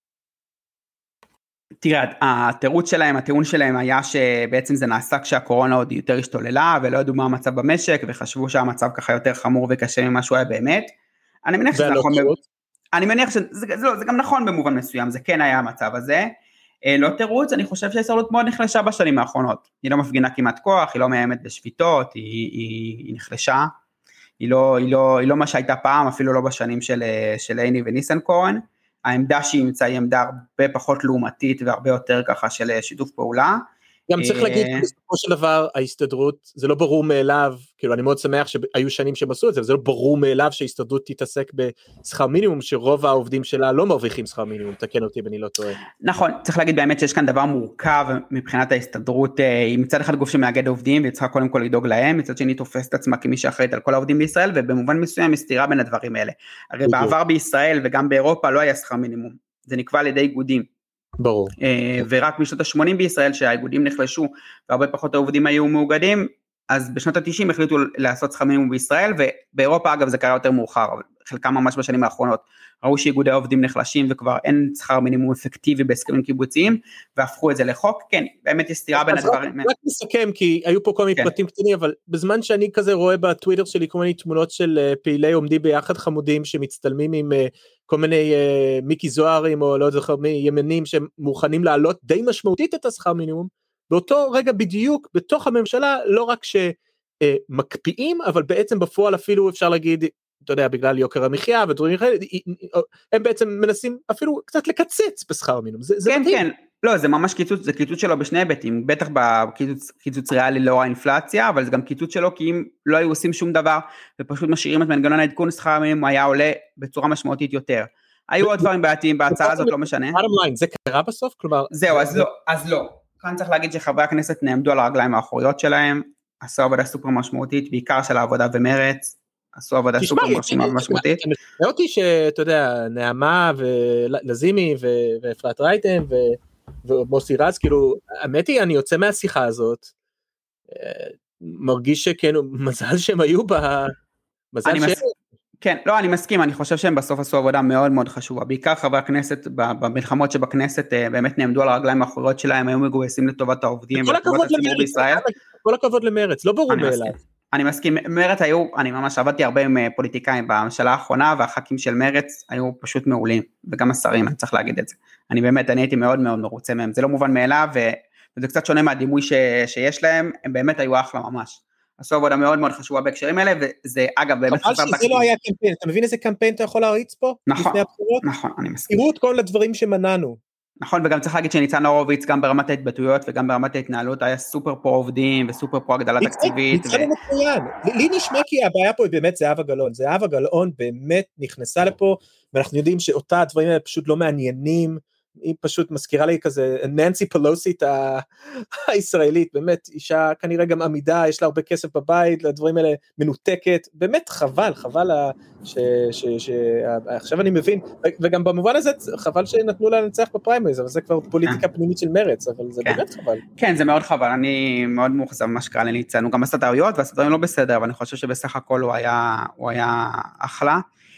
תראה, התירוץ שלהם, הטיעון שלהם היה שבעצם זה נעשה כשהקורונה עוד יותר השתוללה, ולא ידעו מה המצב במשק, וחשבו שהמצב ככה יותר חמור וקשה ממה שהוא היה באמת. אני מניח שזה נכון, אני מניח שזה זה, זה, זה גם נכון במובן מסוים, זה כן היה המצב הזה. לא תירוץ, אני חושב שההסתדרות מאוד נחלשה בשנים האחרונות. היא לא מפגינה כמעט כוח, היא לא מאיימת בשביתות, היא, היא, היא נחלשה. היא לא, היא לא, היא לא מה שהייתה פעם, אפילו לא בשנים של, של עיני וניסנקורן, העמדה שהיא מצאה היא עמדה הרבה פחות לעומתית, והרבה יותר ככה של שיתוף פעולה. גם צריך להגיד, בסופו של דבר, ההסתדרות, זה לא ברור מאליו, כאילו אני מאוד שמח שהיו שנים שהם עשו את זה, זה לא ברור מאליו שההסתדרות תתעסק בשכר מינימום, שרוב העובדים שלה לא מרוויחים שכר מינימום, תקן אותי ואני לא טועה. נכון, צריך להגיד באמת שיש כאן דבר מורכב מבחינת ההסתדרות, היא מצד אחד גוף שמאגד עובדים, והיא צריכה קודם כל לדאוג להם, מצד שני תופס את עצמה כמי שאחראית על כל העובדים בישראל, ובמובן מסוים מסתירה בין הדברים האלה. הרי בעבר בישראל וגם באירופה לא היה שכר מינימום, זה נקבע על ידי איגודים. ברור. ורק בשנות ה-שמונים בישראל שהאיגודים נחלשו והרבה פחות העובדים היו מאוגדים, אז בשנות ה-תשעים החליטו לעשות שכר מינימום בישראל, ובאירופה אגב זה קרה יותר מאוחר, חלקם ממש בשנים האחרונות, ראו שאיגודי העובדים נחלשים וכבר אין שכר מינימום אפקטיבי בהסכמים קיבוציים, והפכו את זה לחוק, כן, באמת יש סתירה בין הדברים. רק נסכם, כי היו פה כל מיני פרטים קטנים, אבל בזמן שאני כזה רואה בטוויטר שלי כל מיני תמונות של פעילי עומדים ביחד חמודים, שמצטלמים עם כל מיני מיקי זוהרים, או לא זוכר מי, ימנים שמוכנים לעלות די משמעותית את השכר מינימום, באותו רגע בדיוק, בתוך הממשלה, לא רק שמקפיאים, אבל בעצם בפועל אפילו אפשר להגיד, אתה יודע, בגלל יוקר המחיה ודברים אחרים, הם בעצם מנסים אפילו קצת לקצץ בשכר מינימום. כן, כן, לא, זה ממש קיצוץ, זה קיצוץ שלו בשני היבטים, בטח בקיצוץ ריאלי לאור האינפלציה, אבל זה גם קיצוץ שלו, כי אם לא היו עושים שום דבר, ופשוט משאירים את מנגנון העדכון, שכר המינימום היה עולה בצורה משמעותית יותר. היו עוד דברים בעייתיים בהצעה הזאת, לא משנה. זה קרה בסוף? כלומר... זהו, אז לא, אז לא. כאן צריך להגיד שחברי הכנסת נעמדו על הרגליים האחוריות שלהם, עשו עבודה סופר משמעותית, בעיקר של העבודה ומרץ, עשו עבודה סופר משמעותית. אני חושב אותי שאתה יודע, נעמה ולזימי ואפרת רייטן ומוסי רז, כאילו, האמת היא, אני יוצא מהשיחה הזאת, מרגיש שכן, מזל שהם היו בה, מזל שהם... כן, לא, אני מסכים, אני חושב שהם בסוף עשו עבודה מאוד מאוד חשובה, בעיקר חברי הכנסת, במלחמות שבכנסת, באמת נעמדו על הרגליים האחוריות שלהם, היו מגויסים לטובת העובדים, ולטובת הציבור בישראל. כל הכבוד למרץ, לא ברור מאליו. אני מסכים, מרץ היו, אני ממש עבדתי הרבה עם פוליטיקאים בממשלה האחרונה, והח"כים של מרץ היו פשוט מעולים, וגם השרים, אני צריך להגיד את זה. אני באמת, אני הייתי מאוד מאוד מרוצה מהם, זה לא מובן מאליו, וזה קצת שונה מהדימוי שיש להם, הם באמת היו אחלה ממש. עשו עבודה מאוד מאוד חשובה בהקשרים האלה, וזה אגב באמת... חבל שזה לא היה קמפיין, אתה מבין איזה קמפיין אתה יכול להריץ פה? נכון, נכון, אני מסכים. תראו את כל הדברים שמנענו. נכון, וגם צריך להגיד שניצן הורוביץ, גם ברמת ההתבטאויות וגם ברמת ההתנהלות, היה סופר פרו עובדים וסופר פרו הגדלה תקציבית. ניצן מצוין, לי נשמע כי הבעיה פה היא באמת זהבה גלאון, זהבה גלאון באמת נכנסה לפה, ואנחנו יודעים שאותה הדברים האלה פשוט לא מעניינים, היא פשוט מזכירה לי כזה, ננסי פלוסית הישראלית, באמת אישה כנראה גם עמידה, יש לה הרבה כסף בבית, לדברים האלה מנותקת, באמת חבל, חבל, עכשיו אני מבין, וגם במובן הזה חבל שנתנו לה לנצח בפריימריז, אבל זה כבר פוליטיקה פנימית של מרץ, אבל זה באמת חבל. כן, זה מאוד חבל, אני מאוד מאוכזב מה שקרה לניצן, הוא גם עשה טעויות, ועשה דברים לא בסדר, אבל אני חושב שבסך הכל הוא היה אחלה.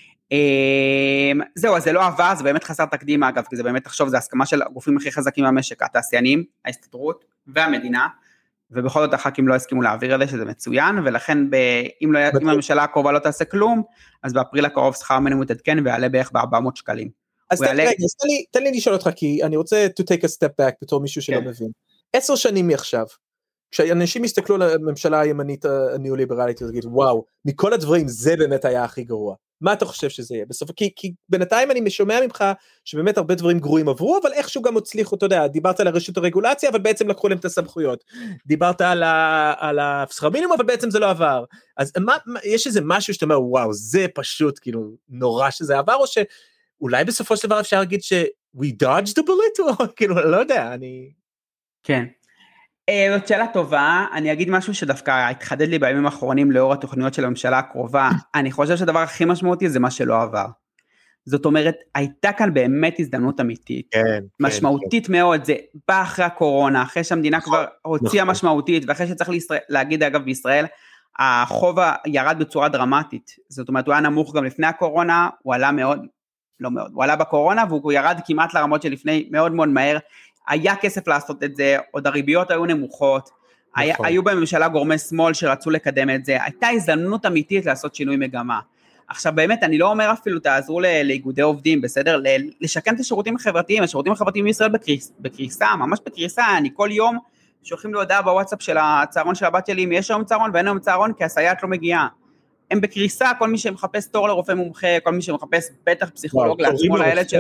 זהו, אז זה לא עבר, זה באמת חסר תקדים אגב, כי זה באמת, תחשוב, זה הסכמה של הגופים הכי חזקים במשק, התעשיינים, ההסתדרות והמדינה, ובכל זאת הח"כים לא הסכימו להעביר את זה, שזה מצוין, ולכן ב, אם, לא, אם הממשלה הקרובה לא תעשה כלום, אז באפריל הקרוב שכר מינימום יתעדכן, ויעלה בערך ב-ארבע מאות שקלים. אז תן, רגע, אז תן, לי, תן לי לשאול אותך, כי אני רוצה to take a step back, בתור מישהו שלא כן. מבין. עשר שנים מעכשיו, כשאנשים יסתכלו על הממשלה הימנית הניאו-ליברלית, אז יגידו, וואו, מכל הדברים זה באמת היה הכי גרוע. מה אתה חושב שזה יהיה? בסוף, כי, כי בינתיים אני משומע ממך שבאמת הרבה דברים גרועים עברו, אבל איכשהו גם הצליחו, אתה יודע, דיברת על הרשות הרגולציה, אבל בעצם לקחו להם את הסמכויות. דיברת על, ה, על השכר מינימום, אבל בעצם זה לא עבר. אז מה, מה, יש איזה משהו שאתה אומר, וואו, זה פשוט כאילו נורא שזה עבר, או שאולי בסופו של דבר אפשר להגיד ש- we dodged the bullet, או כאילו, לא יודע, אני... כן. זאת שאלה טובה, אני אגיד משהו שדווקא התחדד לי בימים האחרונים לאור התוכניות של הממשלה הקרובה, אני חושב שהדבר הכי משמעותי זה מה שלא עבר. זאת אומרת, הייתה כאן באמת הזדמנות אמיתית, כן, משמעותית כן, מאוד, זה בא אחרי הקורונה, אחרי שהמדינה נכון, כבר הוציאה נכון. משמעותית, ואחרי שצריך לישראל, להגיד אגב בישראל, החוב ירד בצורה דרמטית, זאת אומרת, הוא היה נמוך גם לפני הקורונה, הוא עלה מאוד, לא מאוד, הוא עלה בקורונה, והוא ירד כמעט לרמות שלפני מאוד מאוד מהר, היה כסף לעשות את זה, עוד הריביות היו נמוכות, נכון. היה, היו בממשלה גורמי שמאל שרצו לקדם את זה, הייתה הזדמנות אמיתית לעשות שינוי מגמה. עכשיו באמת, אני לא אומר אפילו, תעזרו לאיגודי עובדים, בסדר? לשקם את השירותים החברתיים, השירותים החברתיים בישראל בקריס, בקריסה, ממש בקריסה, אני כל יום שולחים לו הודעה בוואטסאפ של הצהרון של הבת שלי, אם יש היום צהרון ואין היום צהרון, כי הסייעת לא מגיעה. הם בקריסה, כל מי שמחפש תור לרופא מומחה, כל מי שמחפש בטח פסיכולוג לעצמו לילד שלו.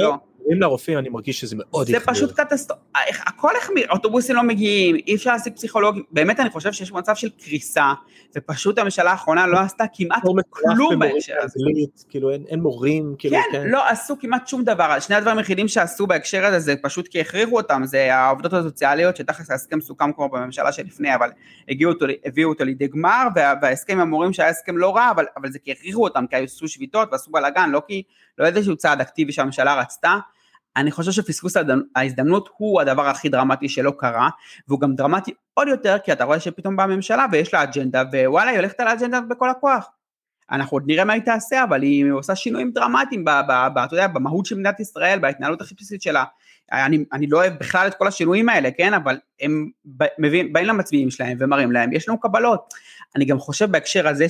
כשמורים לרופאים אני מרגיש שזה מאוד זה פשוט קטסטרופה, הכל החמיר, אוטובוסים לא מגיעים, אי אפשר להשיג פסיכולוגים, באמת אני חושב שיש מצב של קריסה, ופשוט הממשלה האחרונה לא עשתה כמעט כלום בהקשר הזה. כאילו אין מורים, כן, לא עשו כמעט שום דבר, שני הדברים היחידים שעשו בהקשר הזה, זה פשוט כי הכריחו אותם, זה העובדות הסוציאליות, שתכף ההסכם סוכם כמו בממשלה שלפני, אבל הביאו אותו לידי גמר, וההסכם המורים שהיה הסכם לא רע, אבל זה כי הכריחו אותם, כי עשו שביתות ועשו בלגן, לא כי לא איזשהו צעד אקטיבי שהממשלה רצתה. אני חושב שפספוס ההזדמנות הוא הדבר הכי דרמטי שלא קרה, והוא גם דרמטי עוד יותר, כי אתה רואה שפתאום באה הממשלה ויש לה אג'נדה, ווואלה, היא הולכת על האג'נדה בכל הכוח. אנחנו עוד נראה מה היא תעשה, אבל היא עושה שינויים דרמטיים, אתה יודע, במהות של מדינת ישראל, בהתנהלות הכי בסיסית שלה. אני, אני לא אוהב בכלל את כל השינויים האלה, כן, אבל הם באים, באים למצביעים שלהם ומראים להם, יש לנו קבלות. אני גם חושב בהקשר הזה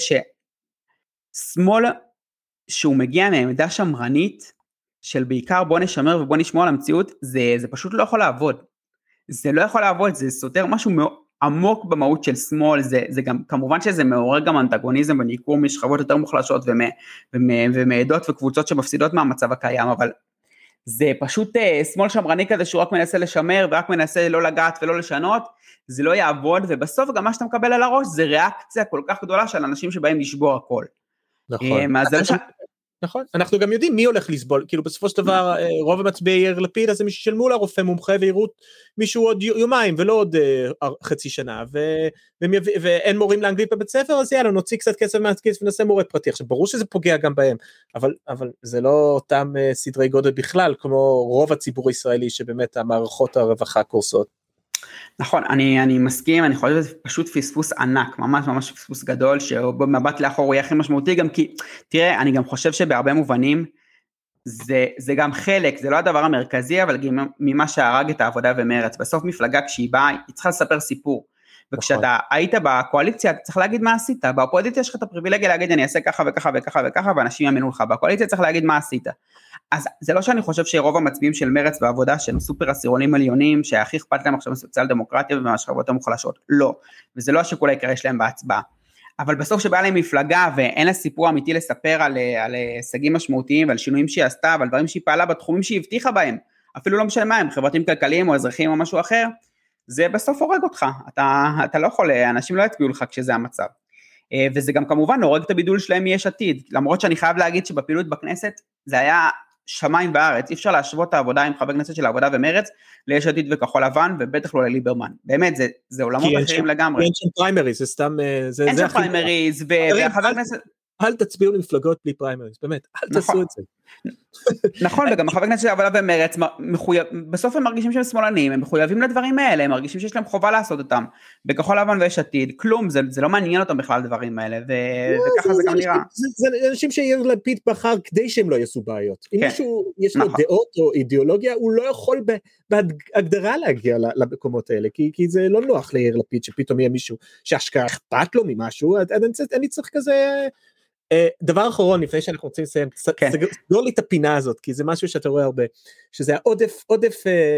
ששמאל, שהוא מגיע מעמדה שמרנית, של בעיקר בוא נשמר ובוא נשמור על המציאות, זה, זה פשוט לא יכול לעבוד. זה לא יכול לעבוד, זה סותר משהו מאוד עמוק במהות של שמאל, זה, זה גם, כמובן שזה מעורר גם אנטגוניזם וניכור משכבות יותר מוחלשות ומ, ומ, ומעדות וקבוצות שמפסידות מהמצב הקיים, אבל זה פשוט שמאל שמרני כזה שהוא רק מנסה לשמר ורק מנסה לא לגעת ולא לשנות, זה לא יעבוד, ובסוף גם מה שאתה מקבל על הראש זה ריאקציה כל כך גדולה של אנשים שבאים לשבור הכל. נכון. אז זה נכון, אנחנו גם יודעים מי הולך לסבול, כאילו בסופו של דבר רוב המצביעי יאיר לפיד, אז הם ישלמו לרופא מומחה ויראו מישהו עוד יומיים ולא עוד חצי שנה, ואין מורים לאנגלית בבית ספר, אז יאללה נוציא קצת כסף מהכיס ונעשה מורה פרטי. עכשיו ברור שזה פוגע גם בהם, אבל, אבל זה לא אותם סדרי גודל בכלל, כמו רוב הציבור הישראלי שבאמת המערכות הרווחה קורסות. נכון, אני, אני מסכים, אני חושב שזה פשוט פספוס ענק, ממש ממש פספוס גדול, שבמבט לאחור הוא יהיה הכי משמעותי, גם כי, תראה, אני גם חושב שבהרבה מובנים, זה, זה גם חלק, זה לא הדבר המרכזי, אבל גם ממה שהרג את העבודה ומרץ, בסוף מפלגה כשהיא באה, היא צריכה לספר סיפור, וכשאתה היית בקואליציה, אתה צריך להגיד מה עשית, באופוזיציה יש לך את הפריבילגיה להגיד, אני אעשה ככה וככה וככה וככה, ואנשים יאמינו לך, בקואליציה צריך להגיד מה עשית. אז זה לא שאני חושב שרוב המצביעים של מרץ בעבודה שהם סופר עשירונים עליונים, שהכי אכפת להם עכשיו מסוציאל דמוקרטיה ומהשכבות המוחלשות, לא, וזה לא השיקול העיקרי שלהם בהצבעה, אבל בסוף שבא להם מפלגה ואין לה סיפור אמיתי לספר על, על הישגים משמעותיים ועל שינויים שהיא עשתה, ועל דברים שהיא פעלה בתחומים שהיא הבטיחה בהם, אפילו לא משנה מה הם, חברתיים כלכליים או אזרחיים או משהו אחר, זה בסוף הורג אותך, אתה, אתה לא יכול, אנשים לא יצביעו לך כשזה המצב. וזה גם כמובן הורג את הבידול שלהם מיש עתיד, למרות שאני חייב להגיד שבפעילות בכנסת זה היה שמיים וארץ, אי אפשר להשוות את העבודה עם חבר כנסת של העבודה ומרץ, ליש עתיד וכחול לבן, ובטח לא לליברמן, באמת זה, זה עולמות אחרים לגמרי. אין שם פריימריז, זה סתם, זה, אין שם פריימריז, והחבר כנסת... אל תצביעו למפלגות בלי פריימריז, באמת, אל תעשו את זה. נכון, וגם החבר כנסת של העבודה ומרץ, בסוף הם מרגישים שהם שמאלנים, הם מחויבים לדברים האלה, הם מרגישים שיש להם חובה לעשות אותם, בכחול לבן ויש עתיד, כלום, זה לא מעניין אותם בכלל הדברים האלה, וככה זה גם נראה. זה אנשים שיאיר לפיד בחר כדי שהם לא יעשו בעיות. אם מישהו יש לו דעות או אידיאולוגיה, הוא לא יכול בהגדרה להגיע למקומות האלה, כי זה לא נוח ליאיר לפיד, שפתאום יהיה מישהו שהשקעה אכפת לו ממשהו, אני צריך כזה... דבר אחרון לפני שאנחנו רוצים לסיים, סגור לי את הפינה הזאת, כי זה משהו שאתה רואה הרבה, שזה העודף, עודף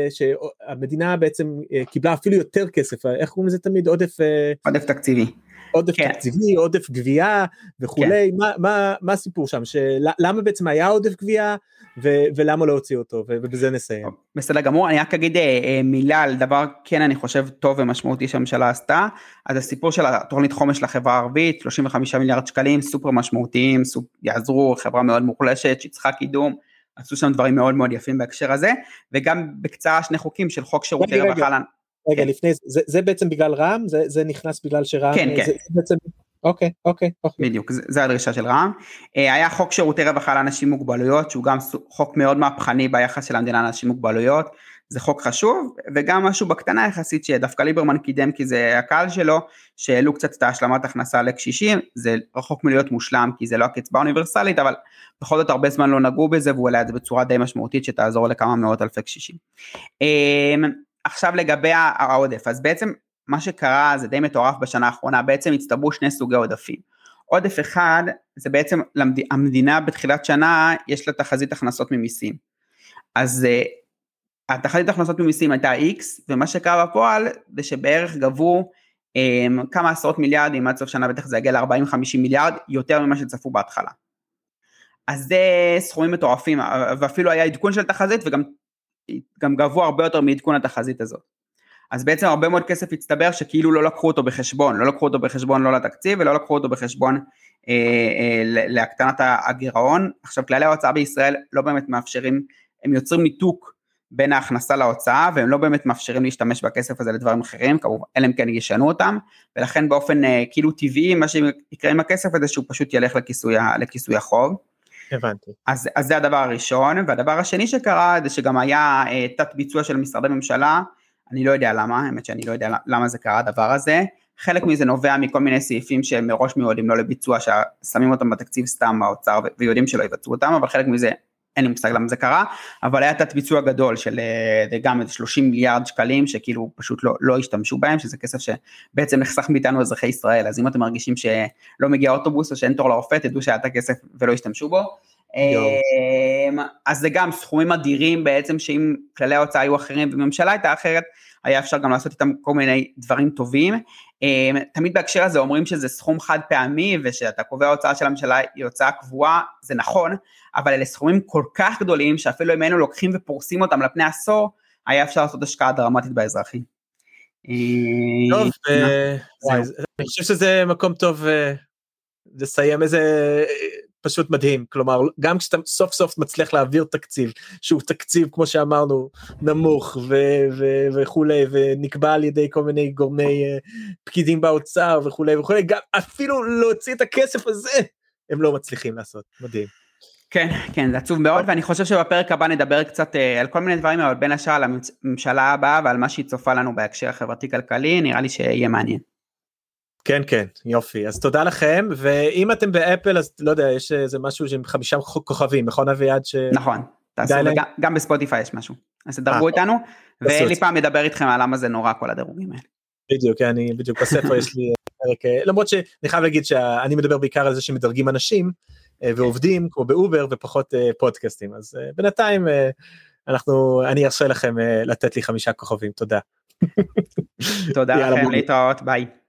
שהמדינה בעצם קיבלה אפילו יותר כסף, איך קוראים לזה תמיד? עודף... עודף תקציבי. עודף תקציבי, עודף גבייה וכולי, מה הסיפור שם? למה בעצם היה עודף גבייה, ולמה לא הוציאו אותו, ובזה נסיים. בסדר גמור, אני רק אגיד מילה על דבר, כן אני חושב טוב ומשמעותי שהממשלה עשתה, אז הסיפור של התוכנית חומש לחברה הערבית, שלושים וחמישה מיליארד שקלים, סופר משמעותיים, יעזרו, חברה מאוד מוחלשת, שצריכה קידום, עשו שם דברים מאוד מאוד יפים בהקשר הזה, וגם בקצרה שני חוקים של חוק שירותי רווחה. רגע, לפני זה, זה בעצם בגלל רע"מ? זה, זה נכנס בגלל שרע"מ? כן, כן. זה בעצם... אוקיי, אוקיי, אוקיי. בדיוק, זה הדרישה של רע"מ. היה חוק שירותי רווחה לאנשים מוגבלויות, שהוא גם חוק מאוד מהפכני ביחס של המדינה לאנשים מוגבלויות, זה חוק חשוב, וגם משהו בקטנה יחסית שדווקא ליברמן קידם, כי זה הקהל שלו, שהעלו קצת את השלמת הכנסה לקשישים, זה רחוק מלהיות מושלם, כי זה לא הקצבה אוניברסלית, אבל בכל זאת הרבה זמן לא נגעו בזה, והוא העלה את זה בצורה די משמעותית, שתעזור לכמה מאות אלפי קשישים. עכשיו לגבי העודף, אז בעצם מה שקרה זה די מטורף בשנה האחרונה, בעצם הצטברו שני סוגי עודפים. עודף אחד, זה בעצם המדינה בתחילת שנה, יש לה תחזית הכנסות ממיסים. אז התחזית הכנסות ממיסים הייתה X, ומה שקרה בפועל, זה שבערך גבו כמה עשרות מיליארדים, עד סוף שנה בטח זה יגיע ל-ארבעים חמישים מיליארד, יותר ממה שצפו בהתחלה. אז זה סכומים מטורפים, ואפילו היה עדכון של תחזית, וגם גם גבוה הרבה יותר מעדכון התחזית הזאת. אז בעצם הרבה מאוד כסף הצטבר שכאילו לא לקחו אותו בחשבון, לא לקחו אותו בחשבון לא לתקציב, ולא לקחו אותו בחשבון אה, אה, להקטנת הגירעון. עכשיו כללי ההוצאה בישראל לא באמת מאפשרים, הם יוצרים ניתוק בין ההכנסה להוצאה, והם לא באמת מאפשרים להשתמש בכסף הזה לדברים אחרים, כמובן, אלא אם כן ישנו אותם, ולכן באופן אה, כאילו טבעי, מה שיקרה עם הכסף הזה, שהוא פשוט ילך לכיסוי, לכיסוי החוב. הבנתי. אז, אז זה הדבר הראשון, והדבר השני שקרה, זה שגם היה אה, תת ביצוע של משרדי ממשלה, אני לא יודע למה, האמת שאני לא יודע למה זה קרה הדבר הזה, חלק מזה נובע מכל מיני סעיפים שהם מראש מיועדים לא לביצוע, ששמים אותם בתקציב סתם באוצר, ויודעים שלא יבצעו אותם, אבל חלק מזה, אין לי מושג למה זה קרה, אבל היה תת ביצוע גדול של גם שלושים מיליארד שקלים, שכאילו פשוט לא, לא השתמשו בהם, שזה כסף שבעצם נחסך מאיתנו אזרחי ישראל, אז אם אתם מרגישים שלא מגיע אוטובוס, או שאין תור לרופא, תדעו שהיה את הכסף ולא השתמשו בו, אז זה גם סכומים אדירים בעצם, שאם כללי ההוצאה היו אחרים, וממשלה הייתה אחרת, היה אפשר גם לעשות איתם כל מיני דברים טובים, תמיד בהקשר הזה אומרים שזה סכום חד פעמי, ושאתה קובע ההוצאה של הממשלה היא הוצאה קבועה, זה נכון, אבל אלה סכומים כל כך גדולים, שאפילו אם היינו לוקחים ופורסים אותם לפני עשור, היה אפשר לעשות השקעה דרמטית באזרחים. טוב, אני חושב שזה מקום טוב לסיים איזה פשוט מדהים, כלומר, גם כשאתה סוף סוף מצליח להעביר תקציב, שהוא תקציב, כמו שאמרנו, נמוך וכולי, ונקבע על ידי כל מיני גורמי פקידים באוצר וכולי וכולי, גם אפילו להוציא את הכסף הזה, הם לא מצליחים לעשות, מדהים. כן, כן, זה עצוב מאוד, ואני חושב שבפרק הבא נדבר קצת על כל מיני דברים, אבל בין השאר על הממשלה הבאה, ועל מה שהיא צופה לנו בהקשר החברתי-כלכלי, נראה לי שיהיה מעניין. כן, כן, יופי, אז תודה לכם, ואם אתם באפל, אז לא יודע, יש איזה משהו עם חמישה כוכבים, נכון אביעד? ש... נכון, תעשו, וגם, גם בספוטיפיי יש משהו, אז תדרגו איתנו, ואלי פעם מדבר איתכם על למה זה נורא כל הדירוגים האלה. בדיוק, אני בדיוק בספר יש לי פרק, למרות שאני חייב להגיד שאני מדבר בעיקר על זה שמדרגים אנשים, ועובדים כמו באובר ופחות פודקאסטים, אז בינתיים אנחנו, אני ארשה לכם לתת לי חמישה כוכבים, תודה. תודה לכם, להתראות, ביי.